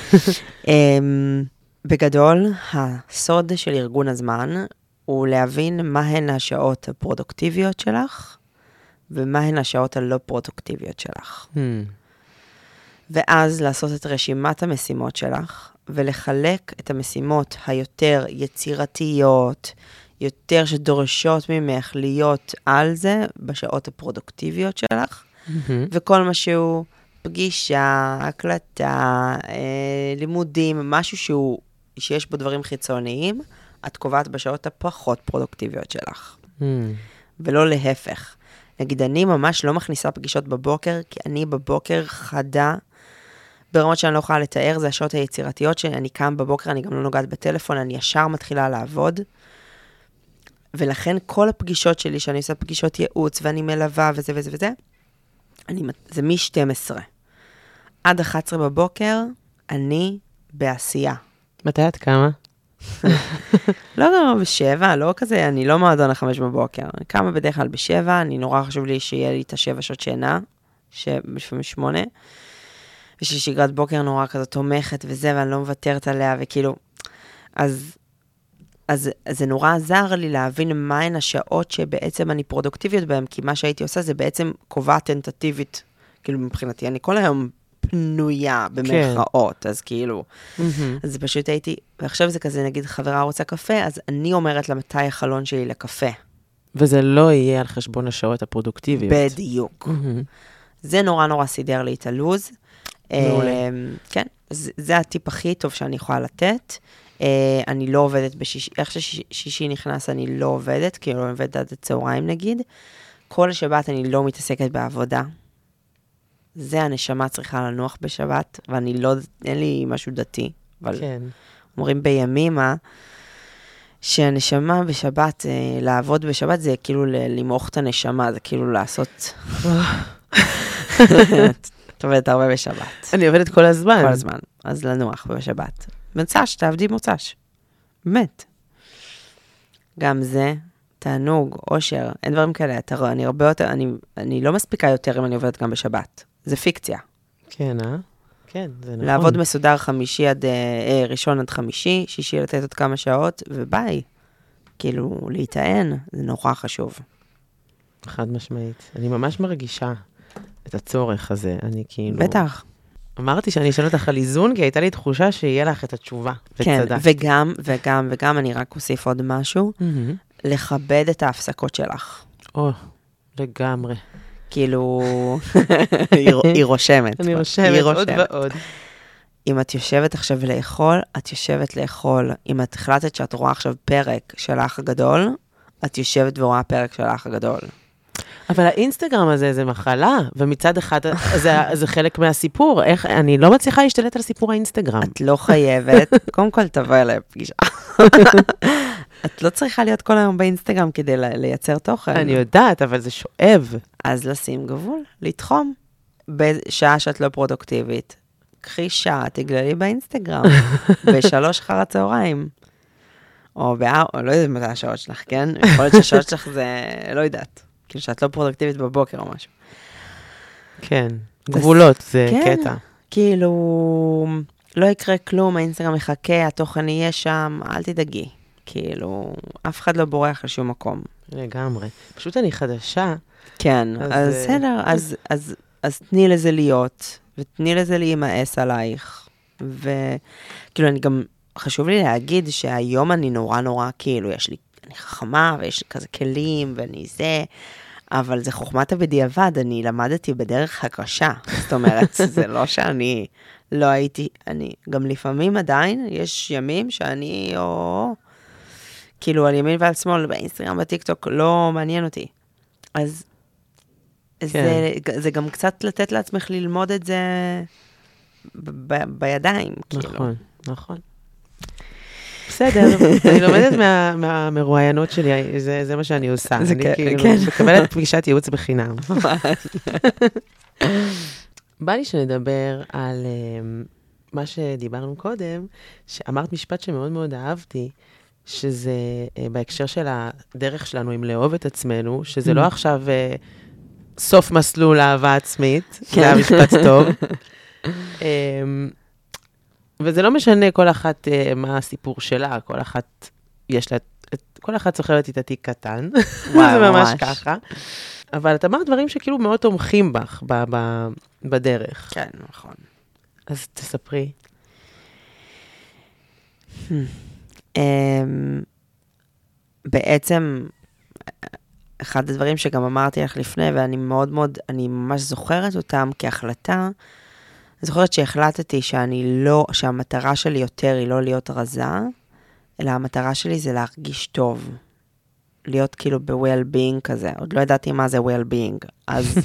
בגדול, הסוד של ארגון הזמן, הוא להבין מהן השעות הפרודוקטיביות שלך, ומהן השעות הלא פרודוקטיביות שלך. ואז לעשות את רשימת המשימות שלך, ולחלק את המשימות היותר יצירתיות, יותר שדורשות ממך להיות על זה, בשעות הפרודוקטיביות שלך, וכל משהו, פגישה, הקלטה, לימודים, משהו שיש בו דברים חיצוניים, את קובעת בשעות הפחות פרודוקטיביות שלך. ולא להפך. נגיד, אני ממש לא מכניסה פגישות בבוקר, כי אני בבוקר חדה, ברמות שאני לא יכולה לתאר, זה השעות היצירתיות שאני קם בבוקר, אני גם לא נוגעת בטלפון, אני ישר מתחילה לעבוד. ולכן כל הפגישות שלי, שאני עושה פגישות ייעוץ, ואני מלווה וזה וזה וזה, זה מ-12. עד 11 בבוקר, אני בעשייה. מתי את קמה? לא, ב7, לא כזה, אני לא מועדון ל5 בבוקר. אני קמה בדרך כלל ב7, אני נורא חשוב לי שיהיה לי את 7 שעות שינה, בשביל 8, וששגרת בוקר נורא כזאת תומכת וזה, ואני לא מוותרת עליה, וכאילו, אז זה נורא עזר לי להבין מהן השעות שבעצם אני פרודוקטיביות בהן, כי מה שהייתי עושה זה בעצם קובעה טנטטיבית, כאילו מבחינתי, אני כל היום פנויה במרכאות, אז כאילו, אז זה פשוט הייתי, ועכשיו זה כזה, נגיד חברה רוצה קפה, אז אני אומרת לה מתי החלון שלי לקפה. וזה לא יהיה על חשבון השעות הפרודוקטיביות. בדיוק. זה נורא נורא סידר לי את הלוז. מעולה. כן, זה הטיפ הכי טוב שאני יכולה לתת. אני לא עובדת בשישי, איך ששישי נכנס אני לא עובדת, כי אני לא עובדת עד הצהריים נגיד. כל שבת אני לא מתעסקת בעבודה. זה הנשמה צריכה לנוח בשבת, ואני לא, אין לי משהו דתי, אבל כן. אומרים בימימה, שהנשמה בשבת, לעבוד בשבת זה כאילו למעוך את הנשמה, זה כאילו לעשות... את עובדת הרבה בשבת. אני עובדת כל הזמן. כל הזמן, אז לנוח בשבת. מוצ"ש, תעבדי מוצ"ש. באמת. גם זה, תענוג, אושר, אין דברים כאלה. אני הרבה יותר, אני לא מספיקה יותר אם אני עובדת גם בשבת. זה פיקציה. כן, כן, זה נכון. לעבוד מסודר ראשון עד חמישי, שישי לתת עוד כמה שעות, וביי. כאילו, להיטען, זה נורא חשוב. חד משמעית. אני ממש מרגישה את הצורך הזה. אני כאילו... בטח. אמרתי שאני אשאל אותך על איזון, כי הייתה לי תחושה שיהיה לך את התשובה. כן, וגם, אני רק אוסיף עוד משהו, לכבד את ההפסקות שלך. לגמרי. כאילו, היא רושמת. אני רושמת עוד ועוד. אם את יושבת עכשיו לאכול, את יושבת לאכול. אם את החלטת שאת רואה עכשיו פרק של האח הגדול, את יושבת ורואה פרק של האח הגדול. אבל האינסטגרם הזה זה מחלה, ומצד אחד זה חלק מהסיפור. אני לא מצליחה להשתלט על סיפור האינסטגרם. את לא חייבת, קודם כל תבוא אליי פגישה. את לא צריכה להיות כל היום באינסטגרם כדי לייצר תוכן. אני יודעת, אבל זה שואב. אז לשים גבול, לתחום. בשעה שאת לא פרודוקטיבית. קחי שעה, תגללי באינסטגרם. ב3 אחר הצהריים. או לא יודעת מתי השעות שלך, כן? יכול להיות שהשעות שלך זה, לא יודעת. כאילו שאת לא פרודוקטיבית בבוקר או משהו. כן, גבולות, זה קטע. כאילו, לא יקרה כלום, האינסטגרם יחכה, התוכן יהיה שם, אל תדאגי. כאילו, אף אחד לא בורח לשום מקום. לגמרי. פשוט אני חדשה. כן, אז בסדר, אז תני לזה להיות, ותני לזה להימאס עלייך. וכאילו, אני גם, חשוב לי להגיד שהיום אני נורא, כאילו, אני חכמה, ויש לי כזה כלים, ואני זה, אבל זה חוכמת הבדיעבד, אני למדתי בדרך הקשה. זאת אומרת, זה לא שאני לא הייתי, גם לפעמים עדיין, יש ימים שאני, כאילו, על ימין ועל שמאל, באינסטגרם, בטיקטוק, לא מעניין אותי. אז זה גם קצת לתת לעצמך ללמוד את זה בידיים, כאילו. נכון. בסדר, אני לומדת מהמרואיינות שלי, זה מה שאני עושה. אני כאילו מקבלת פגישת ייעוץ בחינם. בא לי שנדבר על מה שדיברנו קודם, שאמרת משפט שמאוד מאוד אהבתי, שזה בהקשר של הדרך שלנו עם לאהוב את עצמנו, שזה לא עכשיו סוף מסלול אהבה עצמית, זה היה משפט טוב. וזה לא משנה כל אחת מה הסיפור שלה, כל אחת סוחבת איתה תיק קטן, זה ממש ככה. אבל את אמרת דברים שכאילו מאוד תומכים בך בדרך. כן, נכון. אז תספרי. בעצם, אחד הדברים שגם אמרתי לך לפני, ואני אני ממש זוכרת אותם כהחלטה, אני זוכרת שהחלטתי שהמטרה שלי יותר היא לא להיות רזה, אלא המטרה שלי זה להרגיש טוב. להיות כאילו ב-well-being כזה. עוד לא ידעתי מה זה well-being. אז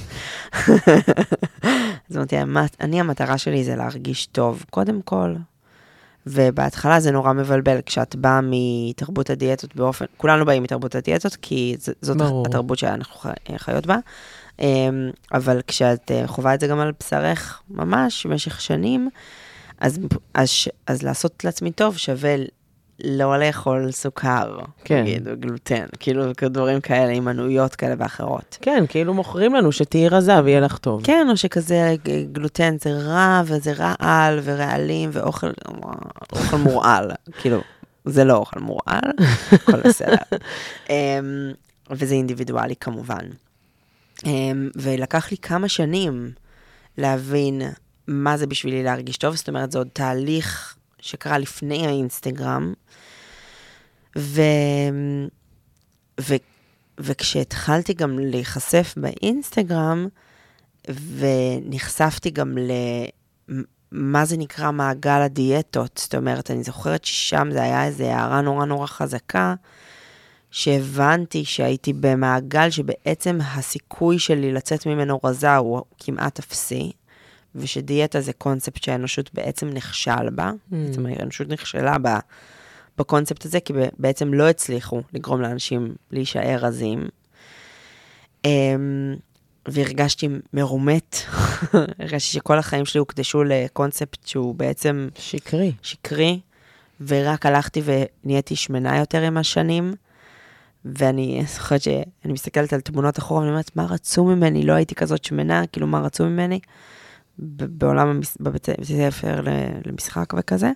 אמרתי, המטרה שלי זה להרגיש טוב, קודם כל. ובהתחלה זה נורא מבלבל, כשאת באה מתרבות הדיאטות כולנו באים מתרבות הדיאטות, כי זאת התרבות שאנחנו חיות בה. אבל כשאת חובה את זה גם על בשרך ממש במשך שנים, אז לעשות לעצמי טוב שווה לא לאכול סוכר, כן. נגיד, או גלוטן, כאילו דברים כאלה, אימנויות כאלה ואחרות. כן, כאילו מוכרים לנו שתהי רזה ויהיה לך טוב. כן, או שכזה גלוטן זה רע, וזה רעל, ורעלים, ואוכל מורעל. כאילו, זה לא אוכל מורעל, הכל בסדר. וזה אינדיבידואלי כמובן. ולקח לי כמה שנים להבין מה זה בשבילי להרגיש טוב, זאת אומרת, זה עוד תהליך שקרה לפני האינסטגרם, וכשהתחלתי גם להיחשף באינסטגרם, ונחשפתי גם למה זה נקרא מעגל הדיאטות, זאת אומרת, אני זוכרת ששם זה היה איזו הערה נורא נורא חזקה, שהבנתי שהייתי במעגל שבעצם הסיכוי שלי לצאת ממנו רזה הוא כמעט אפסי, ושדיאטה זה קונספט שהאנושות בעצם נכשל בה, בעצם האנושות נכשלה בקונספט הזה, כי בעצם לא הצליחו לגרום לאנשים להישאר רזים. והרגשתי מרומט, הרגשתי שכל החיים שלי הוקדשו לקונספט שהוא בעצם שקרי, ורק הלכתי ונהייתי שמנה יותר עם השנים, ואני זוכרת שאני מסתכלת על תמונות אחורה, ואני אומרת, מה רצו ממני? לא הייתי כזאת שמנה, כאילו מה רצו ממני? בעולם, בבית ספר למשחק וכזה.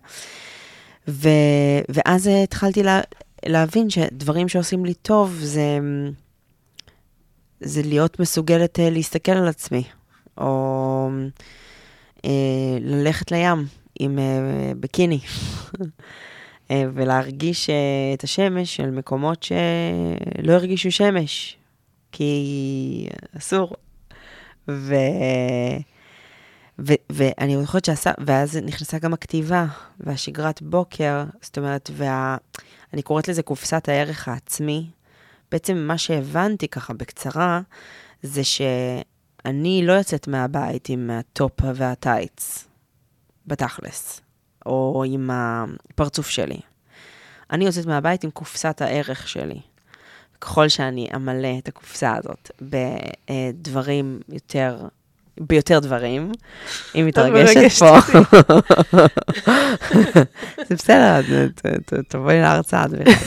ואז התחלתי להבין שדברים שעושים לי טוב, זה להיות מסוגלת להסתכל על עצמי, או ללכת לים עם בקיני, ולהרגיש את השמש של מקומות שלא הרגישו שמש, כי אסור. ואני זוכרת ואז נכנסה גם הכתיבה, והשגרת בוקר, זאת אומרת, אני קוראת לזה קופסת הערך העצמי. בעצם מה שהבנתי ככה בקצרה, זה שאני לא יוצאת מהבית עם הטופ והטייץ, בתכלס, או עם הפרצוף שלי. אני יוצאת מהבית עם קופסת הערך שלי. ככל שאני אמלא את הקופסה הזאת בדברים ביותר דברים, היא מתרגשת פה. זה בסדר, תבואי להרצאה,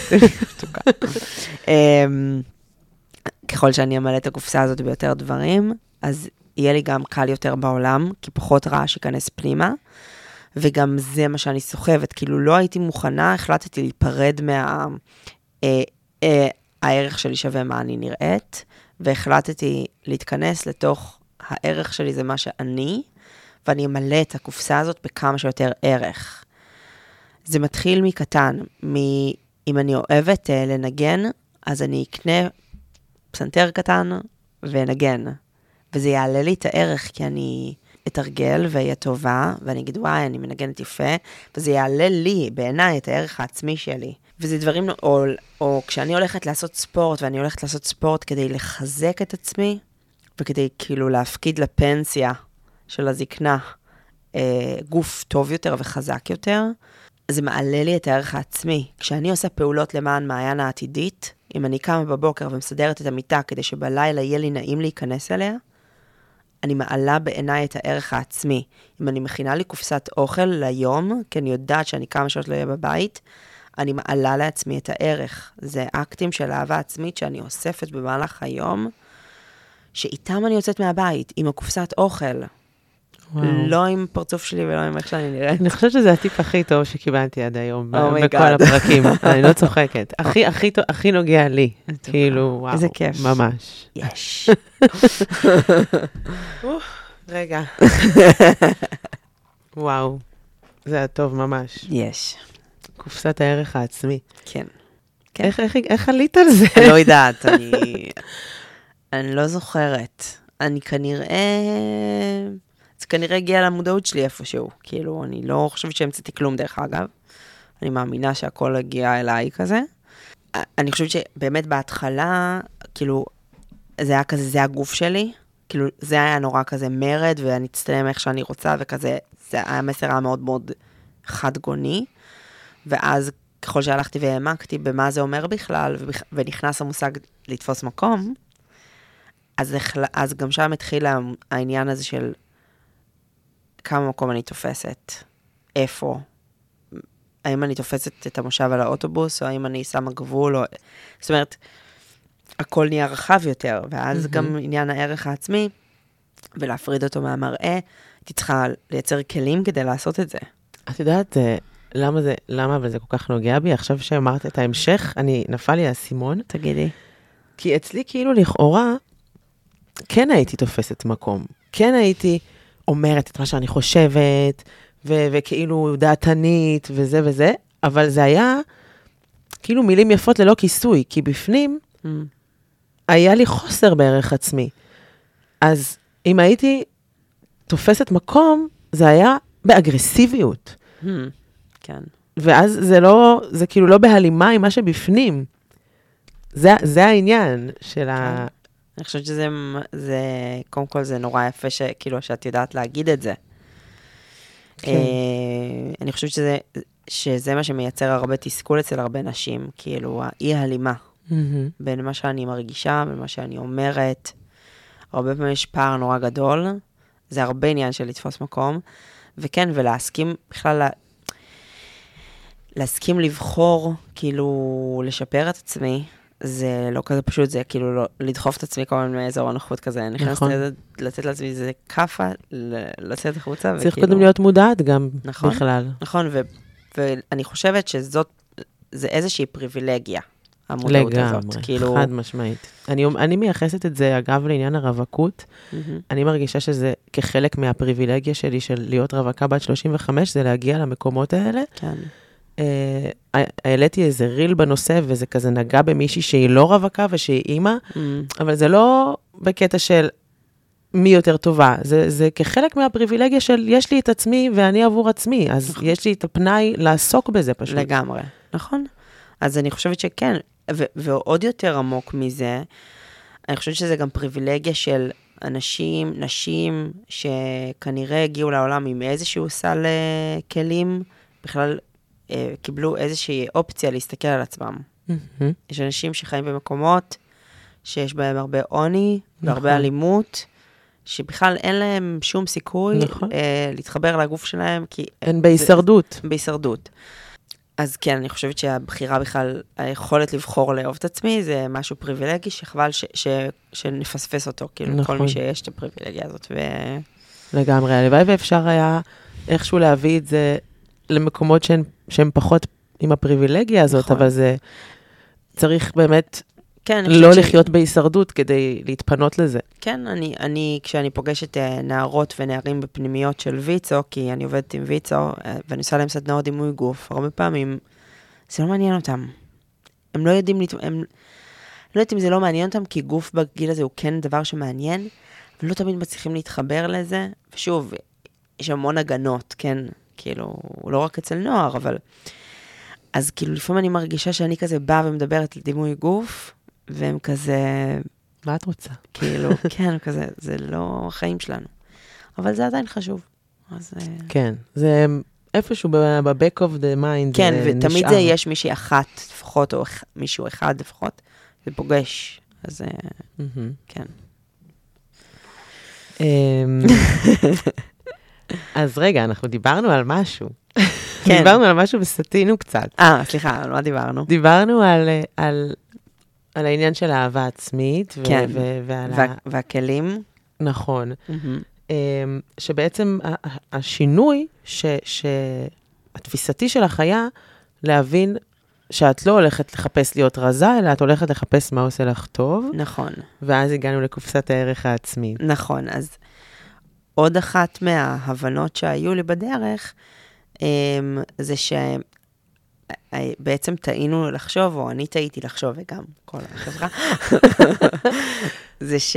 ככל שאני אמלא את הקופסה הזאת ביותר דברים, אז יהיה לי גם קל יותר בעולם, כי פחות רעש ייכנס פנימה, וגם זה מה שאני סוחבת, כאילו לא הייתי מוכנה, החלטתי להיפרד הערך שלי שווה מה אני נראית, והחלטתי להתכנס לתוך הערך שלי זה מה שאני, ואני אמלא את הקופסה הזאת בכמה שיותר ערך. זה מתחיל מקטן, אם אני אוהבת לנגן, אז אני אקנה פסנתר קטן ונגן, וזה יעלה לי את הערך, כי אני אתרגל ואהיה טובה, ואני אגיד וואי, אני מנגנת יפה, וזה יעלה לי בעיניי את הערך העצמי שלי. וזה דברים, או כשאני הולכת לעשות ספורט, ואני הולכת לעשות ספורט כדי לחזק את עצמי, וכדי כאילו להפקיד לפנסיה של הזקנה גוף טוב יותר וחזק יותר, זה מעלה לי את הערך העצמי. כשאני עושה פעולות למען מעיין העתידית, אם אני קמה בבוקר ומסדרת את המיטה כדי שבלילה יהיה לי נעים להיכנס אליה, אני מעלה בעיניי את הערך העצמי. אם אני מכינה לי קופסת אוכל ליום, כי אני יודעת שאני כמה שעות לא אהיה בבית, אני מעלה לעצמי את הערך. זה אקטים של אהבה עצמית שאני אוספת במהלך היום, שאיתם אני יוצאת מהבית, עם הקופסת אוכל. לא עם פרצוף שלי ולא עם איך שאני נראית. אני חושבת שזה הטיפ הכי טוב שקיבלתי עד היום, בכל הפרקים. אני לא צוחקת. הכי נוגע לי. כאילו, וואו. איזה כיף. ממש. יש. רגע. וואו. זה היה טוב ממש. יש. קופסת הערך העצמי. כן. איך עלית על זה? אני לא יודעת, אני לא זוכרת. אני זה כנראה הגיע למודעות שלי איפשהו. כאילו, אני לא חושבת שהמצאתי כלום דרך אגב. אני מאמינה שהכל הגיע אליי כזה. אני חושבת שבאמת בהתחלה, כאילו, זה היה כזה, זה הגוף שלי. כאילו, זה היה נורא כזה מרד, ואני אצטלם איך שאני רוצה, וכזה, זה היה מסר היה מאוד מאוד חד גוני. ואז, ככל שהלכתי והעמקתי במה זה אומר בכלל, ונכנס המושג לתפוס מקום, אז גם שם התחיל העניין הזה של כמה מקום אני תופסת, איפה, האם אני תופסת את המושב על האוטובוס, או האם אני שמה גבול, או... זאת אומרת, הכל נהיה רחב יותר, ואז גם עניין הערך העצמי, ולהפריד אותו מהמראה, הייתי צריכה לייצר כלים כדי לעשות את זה. את יודעת, למה אבל זה כל כך נוגע בי? עכשיו שאמרת את ההמשך, נפל לי האסימון. תגידי. כי אצלי כאילו לכאורה, כן הייתי תופסת מקום. כן הייתי אומרת את מה שאני חושבת, וכאילו דעתנית וזה וזה, אבל זה היה כאילו מילים יפות ללא כיסוי, כי בפנים היה לי חוסר בערך עצמי. אז אם הייתי תופסת מקום, זה היה באגרסיביות. כן. ואז זה כאילו לא בהלימה עם מה שבפנים. זה העניין של ה... אני חושבת שזה, קודם כל זה נורא יפה שכאילו שאת יודעת להגיד את זה. אני חושבת שזה מה שמייצר הרבה תסכול אצל הרבה נשים, כאילו האי הלימה בין מה שאני מרגישה, בין מה שאני אומרת. הרבה פעמים יש פער נורא גדול, זה הרבה עניין של לתפוס מקום, וכן, ולהסכים בכלל, להסכים לבחור, כאילו לשפר את עצמי, זה לא כזה פשוט, זה כאילו לא, לדחוף את עצמי כל מיני מאזור הנוחות כזה, אני נכנסת לתת לעצמי איזה כפה, לצאת החוצה. צריך קודם להיות מודעת גם בכלל. נכון, ואני חושבת זה איזושהי פריבילגיה, המודעות הזאת. לגמרי, חד משמעית. אני מייחסת את זה, אגב, לעניין הרווקות. אני מרגישה שזה כחלק מהפריבילגיה שלי של להיות רווקה בת 35, זה להגיע למקומות האלה. כן. העליתי איזה ריל בנושא, וזה כזה נגע במישהי שהיא לא רווקה ושהיא אימא, אבל זה לא בקטע של מי יותר טובה, זה כחלק מהפריבילגיה של יש לי את עצמי ואני עבור עצמי, אז יש לי את הפנאי לעסוק בזה פשוט. לגמרי, נכון? אז אני חושבת שכן, ועוד יותר עמוק מזה, אני חושבת שזה גם פריבילגיה של אנשים, נשים, שכנראה הגיעו לעולם עם איזשהו סל כלים, בכלל קיבלו איזושהי אופציה להסתכל על עצמם. יש אנשים שחיים במקומות שיש בהם הרבה עוני, והרבה אלימות, שבכלל אין להם שום סיכוי להתחבר לגוף שלהם, כי... אין בהישרדות. בהישרדות. אז כן, אני חושבת שהבחירה בכלל, היכולת לבחור לאהוב את עצמי, זה משהו פריבילגי, שחבל שנפספס אותו, כאילו כל מי שיש את הפריבילגיה הזאת. לגמרי, הלוואי ואפשר היה איכשהו להביא את זה למקומות שהם פחות עם הפריבילגיה הזאת, אבל זה צריך באמת לא לחיות בהישרדות כדי להתפנות לזה. כן, כשאני פוגשת נערות ונערים בפנימיות של ויצו, כי אני עובדת עם ויצו, ואני עושה להם סדנאות דימוי גוף, הרבה פעמים זה לא מעניין אותם. הם לא יודעים, לא יודעת אם זה לא מעניין אותם, כי גוף בגיל הזה הוא כן דבר שמעניין, אבל לא תמיד מצליחים להתחבר לזה, ושוב, יש המון הגנות, כן, כאילו, לא רק אצל נוער, אבל... אז כאילו, לפעמים אני מרגישה שאני כזה באה ומדברת על דימוי גוף, והם כזה... מה את רוצה? כאילו, כן, כזה, זה לא החיים שלנו. אבל זה עדיין חשוב. אז... כן, זה איפשהו ב-back of the mind. כן, ותמיד זה יש מישהי אחת לפחות, או מישהו אחד לפחות, ופוגש. אז כן. אז רגע, אנחנו דיברנו על משהו. דיברנו על משהו וסתינו קצת. סליחה, על מה דיברנו? דיברנו על העניין של האהבה עצמית. כן, והכלים. נכון. שבעצם השינוי התפיסתי של החיה, להבין שאת לא הולכת לחפש להיות רזה, אלא את הולכת לחפש מה עושה לך טוב. נכון. ואז הגענו לקופסת הערך העצמי. נכון, אז עוד אחת מההבנות שהיו לי בדרך, זה שבעצם טעינו לחשוב, או אני טעיתי לחשוב, וגם כל החברה, זה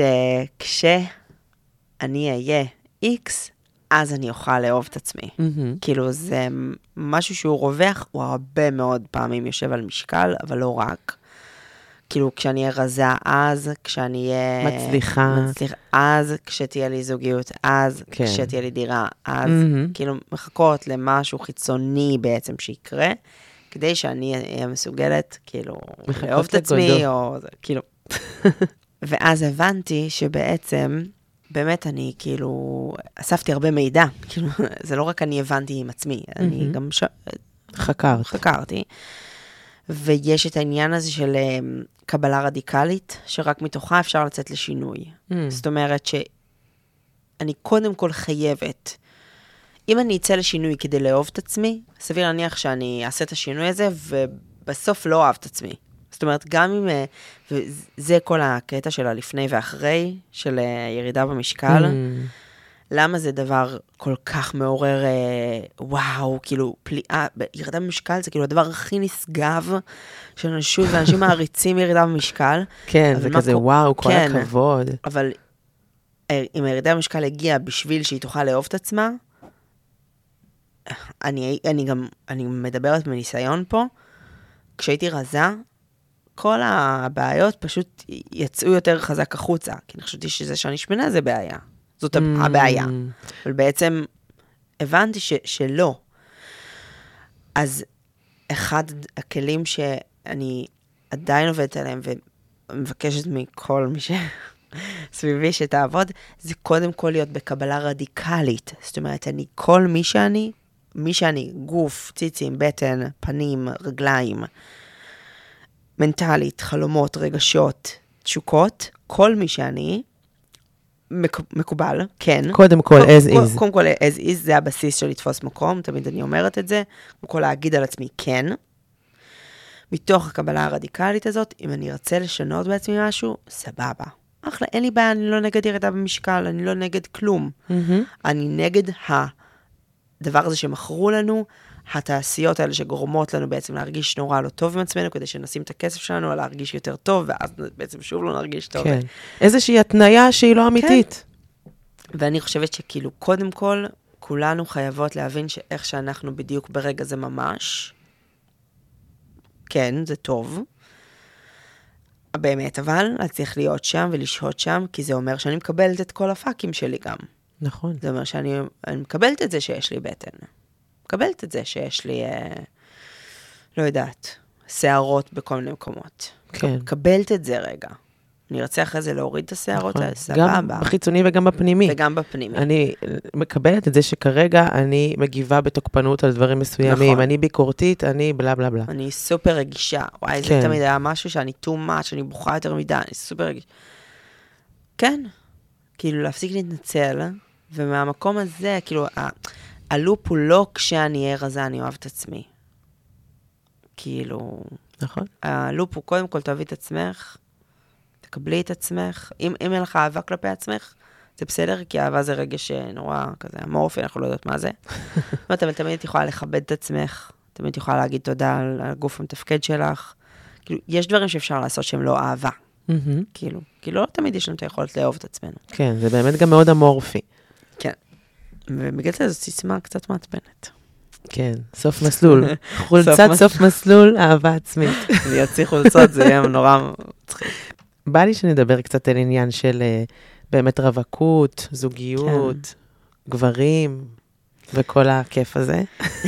שכשאני אהיה X, אז אני אוכל לאהוב את עצמי. כאילו זה משהו שהוא רווח, הוא הרבה מאוד פעמים יושב על משקל, אבל לא רק. כאילו כשאני אהיה רזה אז, כשאני אהיה... מצליחה. אז, כשתהיה לי זוגיות, אז, כשתהיה לי דירה, אז, כאילו מחכות למשהו חיצוני בעצם שיקרה, כדי שאני אהיה מסוגלת, כאילו, לאהוב את עצמי, או כאילו... ואז הבנתי שבעצם, באמת אני כאילו, אספתי הרבה מידע, כאילו, זה לא רק אני הבנתי עם עצמי, אני גם חקרתי. ויש את העניין הזה של קבלה רדיקלית, שרק מתוכה אפשר לצאת לשינוי. זאת אומרת שאני קודם כל חייבת, אם אני אצא לשינוי כדי לאהוב את עצמי, סביר להניח שאני אעשה את השינוי הזה, ובסוף לא אוהב את עצמי. זאת אומרת, גם אם, וזה כל הקטע של הלפני ואחרי, של ירידה במשקל, למה זה דבר כל כך מעורר, וואו, כאילו, פליאה, ירידה במשקל זה כאילו הדבר הכי נשגב של אנשים, ואנשים מעריצים ירידה במשקל. כן, זה כזה וואו, כל הכבוד. אבל אם הירידה במשקל הגיעה בשביל שהיא תוכל לאהוב את עצמה, אני מדברת מניסיון פה, כשהייתי רזה, כל הבעיות פשוט יצאו יותר חזק החוצה, כי אני חשבתי שזה שאני שמנה זה בעיה. זאת הבעיה. אבל בעצם הבנתי שלא. אז אחד הכלים שאני עדיין עובדת עליהם, ומבקשת מכל מי שסביבי שתעבוד, זה קודם כל להיות בקבלה רדיקלית. זאת אומרת, כל מי שאני, גוף, ציצים, בטן, פנים, רגליים, מנטלית, חלומות, רגשות, תשוקות, כל מי שאני, מקובל, כן. קודם כל, as is. קודם כל, as is, זה הבסיס של לתפוס מקום, תמיד אני אומרת את זה, קודם כל להגיד על עצמי כן. מתוך הקבלה הרדיקלית הזאת, אם אני ארצה לשנות בעצמי משהו, סבבה. אחלה, אין לי בעיה, אני לא נגד ירידה במשקל, אני לא נגד כלום. אני נגד הדבר הזה שמכרו לנו, התעשיות האלה שגורמות לנו בעצם להרגיש נורא לא טוב עם עצמנו, כדי שנשים את הכסף שלנו, להרגיש יותר טוב, ואז בעצם שוב לא נרגיש טוב. כן. איזושהי התניה שהיא לא אמיתית. כן. ואני חושבת שכאילו, קודם כל, כולנו חייבות להבין שאיך שאנחנו בדיוק ברגע זה ממש, כן, זה טוב. באמת, אבל צריך להיות שם ולשהות שם, כי זה אומר שאני מקבלת את כל הפאקים שלי גם. נכון. זה אומר שאני מקבלת את זה שיש לי בטן. מקבלת את זה שיש לי, לא יודעת, שערות בכל מיני מקומות. כן. מקבלת את זה רגע. אני ארצה אחרי זה להוריד את השערות, נכון. סבבה. גם בחיצוני וגם בפנימי. וגם בפנימי. אני מקבלת את זה שכרגע אני מגיבה בתוקפנות על דברים מסוימים. נכון. אני ביקורתית, אני בלה בלה בלה. אני סופר רגישה. וואי, כן. זה תמיד היה משהו שאני too much, שאני בוכה יותר מדי, אני סופר רגישה. כן. כאילו, להפסיק להתנצל, ומהמקום הזה, כאילו, הלופ הוא לא כשאני אהיה רזה, אני אוהב את עצמי. כאילו... נכון. הלופ הוא קודם כל תאהבי את עצמך, תקבלי את עצמך. אם אין לך אהבה כלפי עצמך, זה בסדר, כי אהבה זה רגש נורא כזה אמורפי, אנחנו לא יודעות מה זה. ואתה תמיד יכולה לכבד את עצמך, תמיד יכולה להגיד תודה על הגוף המתפקד שלך. כאילו, יש דברים שאפשר לעשות שהם לא אהבה. כאילו, כי לא תמיד יש לנו את היכולת לאהוב את עצמנו. כן, זה באמת גם מאוד אמורפי. כן. ובגלל זה זו סיסמה קצת מעצבנת. כן, סוף מסלול. חולצת סוף מסלול, אהבה עצמית. אני אציא חולצות, זה יהיה נורא מצחיק. בא לי שנדבר קצת על עניין של באמת רווקות, זוגיות, גברים, וכל הכיף הזה.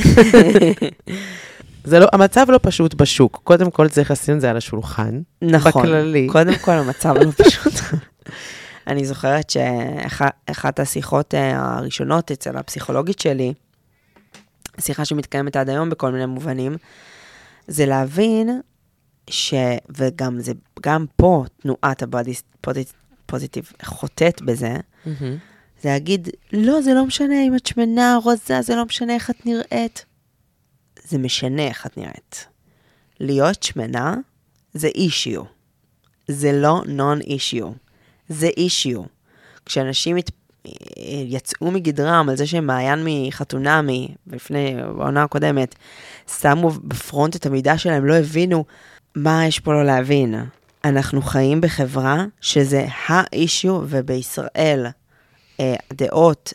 המצב לא פשוט בשוק. קודם כל צריך לשים את זה על השולחן. נכון. בכללי. קודם כל המצב לא פשוט. אני זוכרת שאחת השיחות הראשונות אצל הפסיכולוגית שלי, שמתקיימת עד היום בכל מיני מובנים, זה להבין וגם זה, גם פה תנועת הבאדי פוזיטיב חוטאת בזה, זה להגיד, לא, זה לא משנה אם את שמנה או רזה, זה לא משנה איך את נראית. זה משנה איך את נראית. להיות שמנה זה אישיו. זה לא נון-אישיו. זה אישיו. כשאנשים יצאו מגדרם על זה שהם מעיין מחתונמי, ולפני העונה הקודמת, שמו בפרונט את המידע שלהם, לא הבינו מה יש פה לא להבין. אנחנו חיים בחברה שזה האישיו, ובישראל הדעות,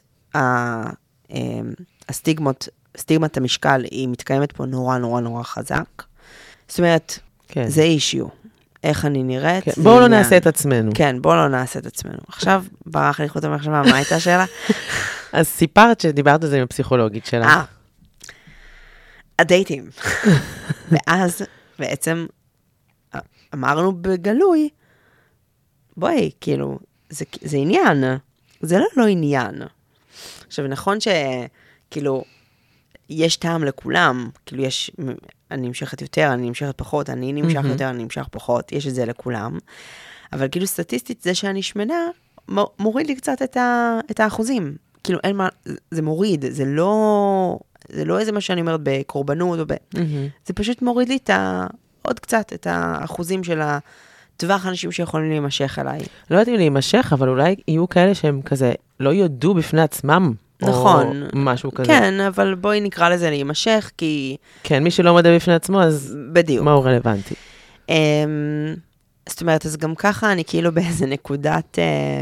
הסטיגמות, סטיגמת המשקל, היא מתקיימת פה נורא נורא נורא חזק. זאת אומרת, כן. זה אישיו. איך אני נראית. כן. בואו לא נעשה את עצמנו. כן, בואו לא נעשה את עצמנו. עכשיו, ברח לי חוט המחשבה, מה הייתה השאלה? אז סיפרת שדיברת על זה עם הפסיכולוגית שלה. הדייטים. ואז בעצם אמרנו בגלוי, בואי, כאילו, זה עניין. זה לא עניין. עכשיו, נכון שכאילו, יש טעם לכולם, כאילו אני נמשכת יותר, אני נמשכת פחות, אני נמשך יותר, אני נמשך פחות, יש את זה לכולם. אבל כאילו סטטיסטית, זה שאני שמנה, מוריד לי קצת את האחוזים. כאילו אין מה, זה מוריד, זה לא איזה מה שאני אומרת בקורבנות, זה פשוט מוריד לי עוד קצת את האחוזים של טווח אנשים שיכולים להימשך אליי. לא יודעים להימשך, אבל אולי יהיו כאלה שהם כזה לא יודעו בפני עצמם. נכון. או משהו כזה. כן, אבל בואי נקרא לזה להימשך, כי... כן, מי שלא מודע בפני עצמו, אז בדיוק. מה הוא רלוונטי? זאת אומרת, אז גם ככה אני כאילו באיזה נקודת...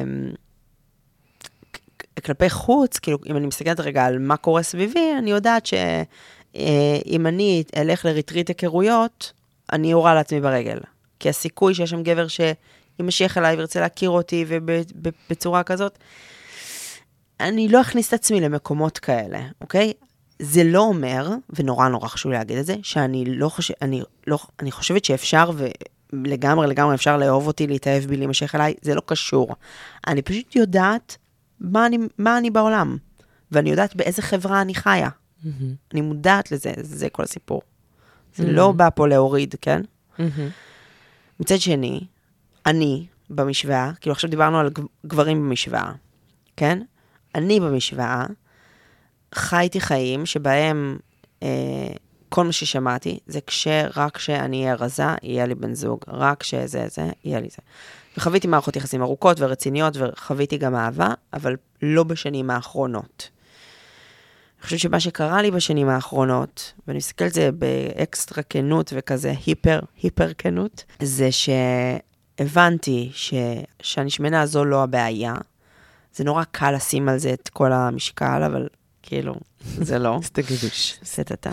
כלפי חוץ, כאילו אם אני מסתכלת רגע על מה קורה סביבי, אני יודעת שאם אני אלך לריטריט היכרויות, אני אורה לעצמי ברגל. כי הסיכוי שיש שם גבר שימשך אליי ורצה להכיר אותי ובצורה כזאת, אני לא אכניס את עצמי למקומות כאלה, אוקיי? זה לא אומר, ונורא נורא חשוב להגיד את זה, שאני לא חושב, אני חושבת שאפשר לגמרי אפשר לאהוב אותי, להתאהב בי, להימשך אליי, זה לא קשור. אני פשוט יודעת מה אני בעולם, ואני יודעת באיזה חברה אני חיה. אני מודעת לזה, זה כל הסיפור. זה לא בא פה להוריד, כן? מצד שני, אני במשוואה, כאילו עכשיו דיברנו על גברים במשוואה, כן? אני במשוואה חייתי חיים שבהם כל מה ששמעתי זה רק שאני אהיה רזה, יהיה לי בן זוג, רק שזה, יהיה לי זה. וחוויתי מערכות יחסים ארוכות ורציניות, וחוויתי גם אהבה, אבל לא בשנים האחרונות. אני חושבת שמה שקרה לי בשנים האחרונות, ואני מסתכל על זה באקסטרה כנות וכזה היפר כנות, זה שהבנתי שאני שמנה הזו לא הבעיה. זה נורא קל לשים על זה את כל המשקל, אבל כאילו, זה לא. סתגידוש. סתתה.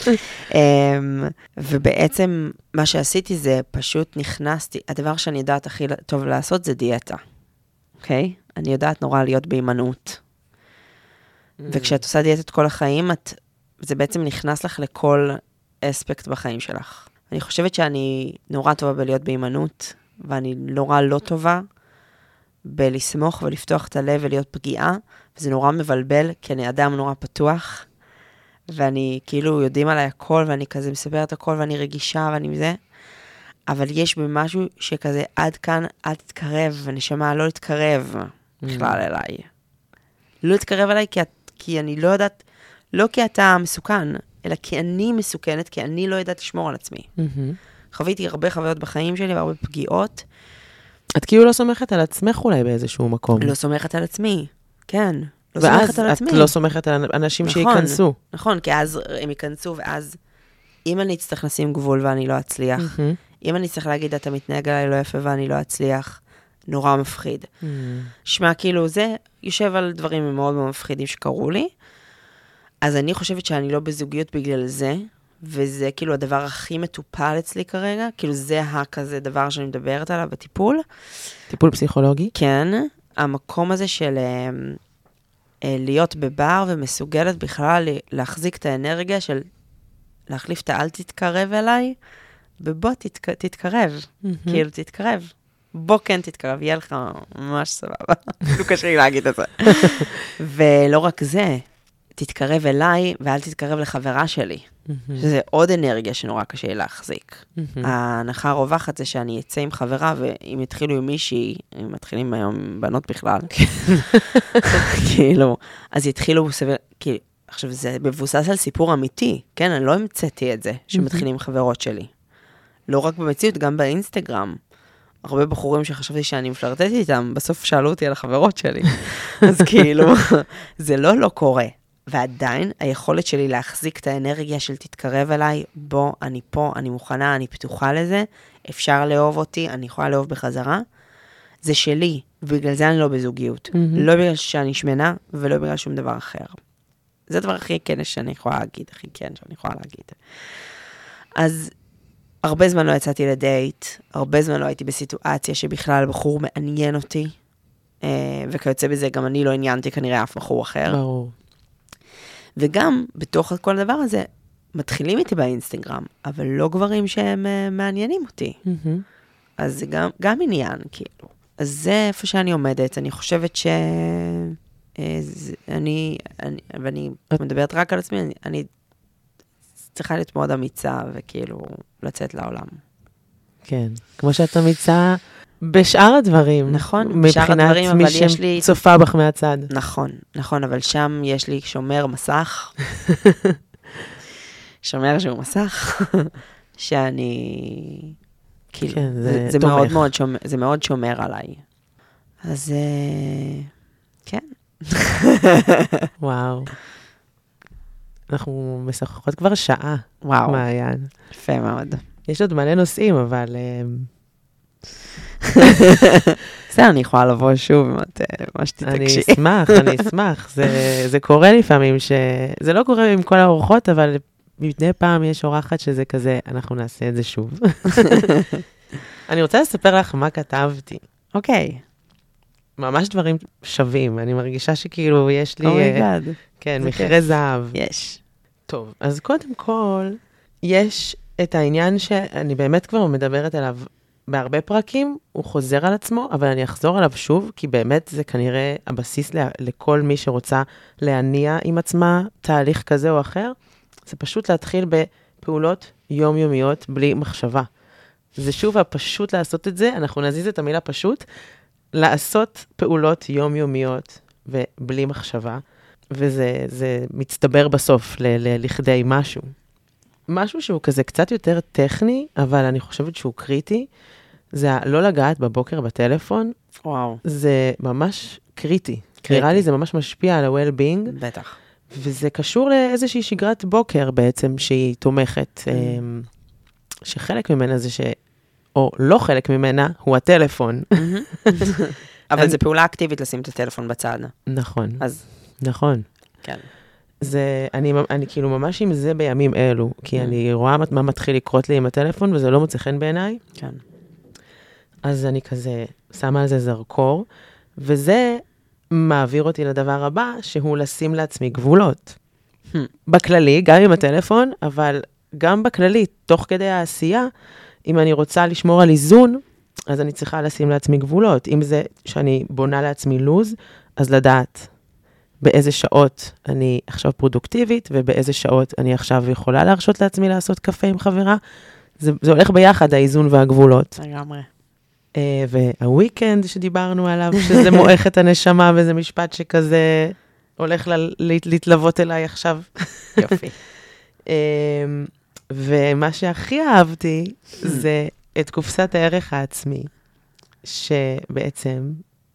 ובעצם מה שעשיתי זה פשוט נכנסתי, הדבר שאני יודעת הכי טוב לעשות זה דיאטה. אוקיי? אני יודעת נורא להיות בהימנעות. וכשאת עושה דיאטת כל החיים, זה בעצם נכנס לך לכל אספקט בחיים שלך. אני חושבת שאני נורא טובה בלהיות בהימנעות, ואני נורא לא טובה בלסמוך ולפתוח את הלב ולהיות פגיעה, וזה נורא מבלבל, כי אני אדם נורא פתוח, ואני כאילו יודעים עליי הכל, ואני כזה מספרת הכל, ואני רגישה, ואני מזה, אבל יש במשהו שכזה, עד כאן, אל תתקרב, ונשמה, לא להתקרב בכלל אליי. לא להתקרב אליי, כי אני לא יודעת, לא כי אתה מסוכן, אלא כי אני מסוכנת, כי אני לא יודעת לשמור על עצמי. חוויתי הרבה חוויות בחיים שלי, והרבה פגיעות. את כאילו לא סומכת על עצמך אולי באיזשהו מקום. לא סומכת על עצמי, כן. לא סומכת על עצמי. ואז את לא סומכת על אנשים שיכנסו. נכון, כי אז הם ייכנסו, ואז אם אני אצטרך לשים גבול ואני לא אצליח, אם אני צריך להגיד, אתה מתנהג עליי לא יפה ואני לא אצליח, נורא מפחיד. שמע, כאילו, זה יושב על דברים מאוד מאוד מפחידים שקרו לי, אז אני חושבת שאני לא בזוגיות בגלל זה, וזה כאילו הדבר הכי מטופל אצלי כרגע, כאילו זה כזה דבר שאני מדברת עליו בטיפול. טיפול פסיכולוגי? כן, המקום הזה של להיות בבר ומסוגלת בכלל להחזיק את האנרגיה של להחליף את האל תתקרב אליי, ובוא תתקרב, כאילו תתקרב. בוא כן תתקרב, יהיה לך ממש סבבה. לא קשה לי להגיד את זה. ולא רק זה, תתקרב אליי ואל תתקרב לחברה שלי. שזה עוד אנרגיה שנורא קשה לי להחזיק. ההנחה הרווחת זה שאני אצא עם חברה, ואם יתחילו עם מישהי, אם מתחילים היום עם בנות בכלל, כאילו, אז יתחילו, עכשיו זה מבוסס על סיפור אמיתי, כן? אני לא המצאתי את זה, שמתחילים עם חברות שלי. לא רק במציאות, גם באינסטגרם. הרבה בחורים שחשבתי שאני מפלרטטת איתם, בסוף שאלו אותי על החברות שלי. אז כאילו, זה לא קורה. ועדיין, היכולת שלי להחזיק את האנרגיה של תתקרב אליי, בוא, אני פה, אני מוכנה, אני פתוחה לזה, אפשר לאהוב אותי, אני יכולה לאהוב בחזרה, זה שלי, ובגלל זה אני לא בזוגיות. לא בגלל שאני שמנה, ולא בגלל שום דבר אחר. זה הדבר הכי כן שאני יכולה להגיד, הכי כן שאני יכולה להגיד. אז הרבה זמן לא יצאתי לדייט, הרבה זמן לא הייתי בסיטואציה שבכלל בחור מעניין אותי, וכיוצא בזה גם אני לא עניינתי כנראה אף בחור אחר. ברור. וגם בתוך כל הדבר הזה, מתחילים איתי באינסטגרם, אבל לא גברים שהם מעניינים אותי. אז זה גם עניין, כאילו. אז זה איפה שאני עומדת, אני חושבת ואני מדברת רק על עצמי, אני צריכה להיות מאוד אמיצה, וכאילו, לצאת לעולם. כן, כמו שאת אמיצה בשאר הדברים. נכון, בשאר הדברים, אבל יש לי... מבחינת מי שצופה בך מהצד. נכון, אבל שם יש לי שומר מסך. שומר שהוא מסך, שאני... כאילו, כן, זה מאוד מאוד שומר, זה מאוד שומר עליי. אז כן. וואו. אנחנו משחקות כבר שעה. וואו. מעיין. יפה מאוד. יש עוד מלא נושאים, אבל... בסדר, אני יכולה לבוא שוב אם את מה שתתקשי. אני אשמח. זה קורה לפעמים זה לא קורה עם כל האורחות, אבל מדי פעם יש אורחת שזה כזה, אנחנו נעשה את זה שוב. אני רוצה לספר לך מה כתבתי. אוקיי. ממש דברים שווים. אני מרגישה שכאילו יש לי... אומייגאד. כן, מכרה זהב. יש. טוב, אז קודם כל, יש את העניין שאני באמת כבר מדברת עליו בהרבה פרקים, הוא חוזר על עצמו, אבל אני אחזור עליו שוב, כי באמת זה כנראה הבסיס לכל מי שרוצה להניע עם עצמה תהליך כזה או אחר. זה פשוט להתחיל בפעולות יומיומיות בלי מחשבה. זה שוב הפשוט לעשות את זה, אנחנו נזיז את המילה פשוט, לעשות פעולות יומיומיות ובלי מחשבה, וזה מצטבר בסוף לכדי משהו. משהו שהוא כזה קצת יותר טכני, אבל אני חושבת שהוא קריטי, זה לא לגעת בבוקר בטלפון. וואו. זה ממש קריטי. נראה לי זה ממש משפיע על ה-well-being. בטח. וזה קשור לאיזושהי שגרת בוקר בעצם, שהיא תומכת, שחלק ממנה זה או לא חלק ממנה, הוא הטלפון. אבל זו פעולה אקטיבית לשים את הטלפון בצד. נכון. אז... נכון. כן. אני כאילו ממש עם זה בימים אלו, כי אני רואה מה מתחיל לקרות לי עם הטלפון, וזה לא מוצא חן בעיניי. כן. אז אני כזה שמה על זה זרקור, וזה מעביר אותי לדבר הבא, שהוא לשים לעצמי גבולות. בכללי, גם עם הטלפון, אבל גם בכללי, תוך כדי העשייה, אם אני רוצה לשמור על איזון, אז אני צריכה לשים לעצמי גבולות. אם זה שאני בונה לעצמי לוז, אז לדעת באיזה שעות אני עכשיו פרודוקטיבית, ובאיזה שעות אני עכשיו יכולה להרשות לעצמי לעשות קפה עם חברה. זה הולך ביחד, האיזון והגבולות. לגמרי. והוויקנד שדיברנו עליו, שזה מועך את הנשמה, וזה משפט שכזה הולך להתלוות אליי עכשיו. יופי. ומה שהכי אהבתי, זה את קופסת הערך העצמי, שבעצם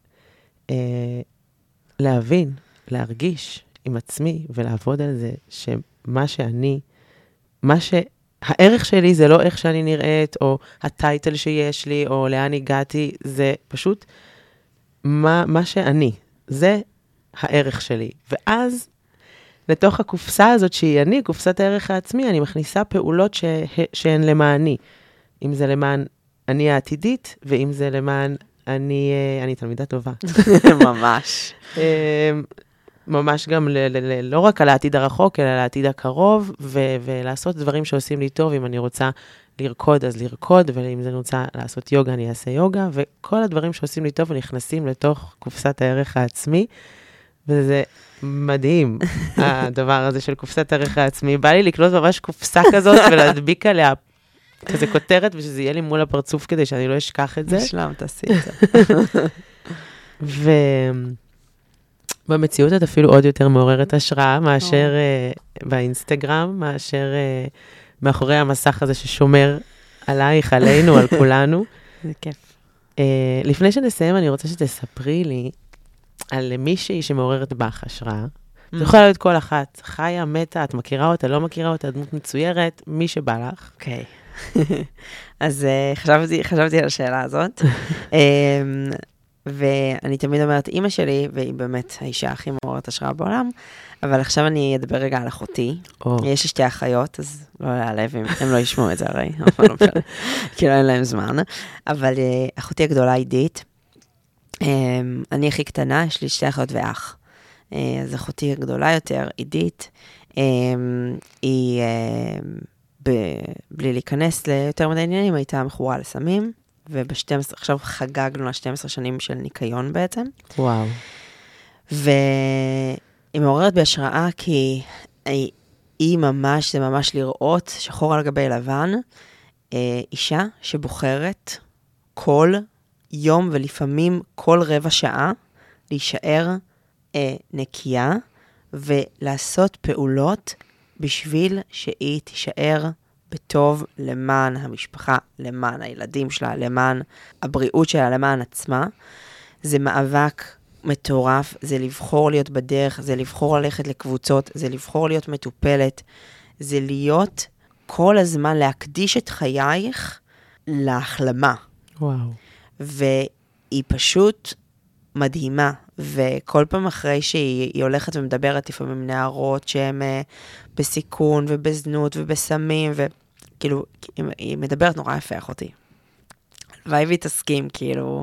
להבין, להרגיש עם עצמי, ולעבוד על זה, שמה שאני, הערך שלי זה לא איך שאני נראית, או הטייטל שיש לי, או לאן הגעתי, זה פשוט מה שאני. זה הערך שלי. ואז, לתוך הקופסה הזאת שהיא אני, קופסת הערך העצמי, אני מכניסה פעולות שהן למעני. אם זה למען אני העתידית, ואם זה למען אני תלמידה טובה. ממש. ממש גם לא רק על העתיד הרחוק, אלא על העתיד הקרוב, ולעשות דברים שעושים לי טוב. אם אני רוצה לרקוד, אז לרקוד, ואם אני רוצה לעשות יוגה, אני אעשה יוגה, וכל הדברים שעושים לי טוב נכנסים לתוך קופסת הערך העצמי, וזה מדהים, הדבר הזה של קופסת הערך העצמי. בא לי לקנות ממש קופסה כזאת, ולהדביק עליה כזה כותרת, ושזה יהיה לי מול הפרצוף כדי שאני לא אשכח את זה. משלם, תעשי את זה. במציאות את אפילו עוד יותר מעוררת השראה, מאשר באינסטגרם, מאשר מאחורי המסך הזה ששומר עלייך, עלינו, על כולנו. זה כיף. לפני שנסיים, אני רוצה שתספרי לי על מישהי שמעוררת בך השראה. זה יכול להיות כל אחת, חיה, מתה, את מכירה אותה, לא מכירה אותה, דמות מצוירת, מי שבא לך. אוקיי. אז חשבתי על השאלה הזאת. ואני תמיד אומרת, אמא שלי, והיא באמת האישה הכי מעוררת השראה בעולם, אבל עכשיו אני אדבר רגע על אחותי. יש לי 2 אחיות, אז לא להיעלב, הם לא ישמעו את זה הרי, אבל לא משנה, כאילו אין להם זמן. אבל אחותי הגדולה עידית, אני הכי קטנה, יש לי 2 אחיות ואח. אז אחותי הגדולה יותר, עידית, היא, בלי להיכנס ליותר מדי עניינים, הייתה מכורה לסמים, עכשיו חגגנו לה 12 שנים של ניקיון בעצם. וואו. והיא מעוררת בהשראה כי היא ממש, זה ממש לראות שחור על גבי לבן, אישה שבוחרת כל יום ולפעמים כל רבע שעה להישאר נקייה ולעשות פעולות בשביל שהיא תישאר בטוב למען המשפחה, למען הילדים שלה, למען הבריאות שלה, למען עצמה. זה מאבק מטורף, זה לבחור להיות בדרך, זה לבחור ללכת לקבוצות, זה לבחור להיות מטופלת, זה להיות כל הזמן להקדיש את חייך להחלמה. וואו. והיא פשוט מדהימה, וכל פעם אחרי שהיא הולכת ומדברת לפעמים נערות שהן בסיכון ובזנות ובסמים, וכאילו, היא מדברת נורא יפה אחותי. והיא תסכים, כאילו.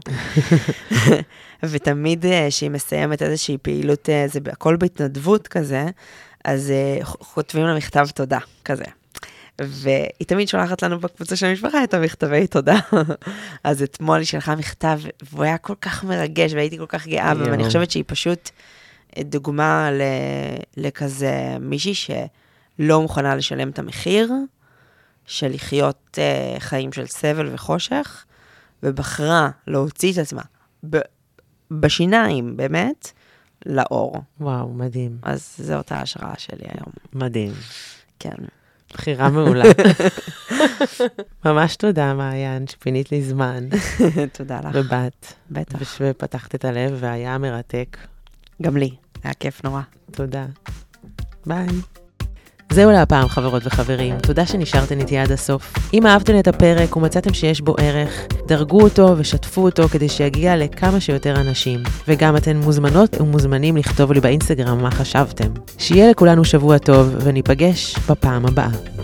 ותמיד שהיא מסיימת איזושהי פעילות, זה הכל בהתנדבות כזה, אז כותבים לה מכתב תודה, כזה. והיא תמיד שולחת לנו בקבוצה של המשפחה את המכתבי תודה. אז אתמול היא שלחה מכתב, והוא היה כל כך מרגש, והייתי כל כך גאה, ואני חושבת שהיא פשוט דוגמה לכזה מישהי שלא מוכנה לשלם את המחיר, של לחיות חיים של סבל וחושך, ובחרה להוציא את עצמה בשיניים, באמת, לאור. וואו, מדהים. אז זו אותה ההשראה שלי היום. מדהים. כן. בחירה מעולה. ממש תודה, מעיין, שפינית לי זמן. תודה לך. ובת. בטח. ופתחת את הלב, והיה מרתק. גם לי. היה כיף נורא. תודה. ביי. זהו להפעם, חברות וחברים. תודה שנשארתן איתי עד הסוף. אם אהבתן את הפרק ומצאתם שיש בו ערך, דרגו אותו ושתפו אותו כדי שיגיע לכמה שיותר אנשים. וגם אתן מוזמנות ומוזמנים לכתוב לי באינסטגרם מה חשבתם. שיהיה לכולנו שבוע טוב וניפגש בפעם הבאה.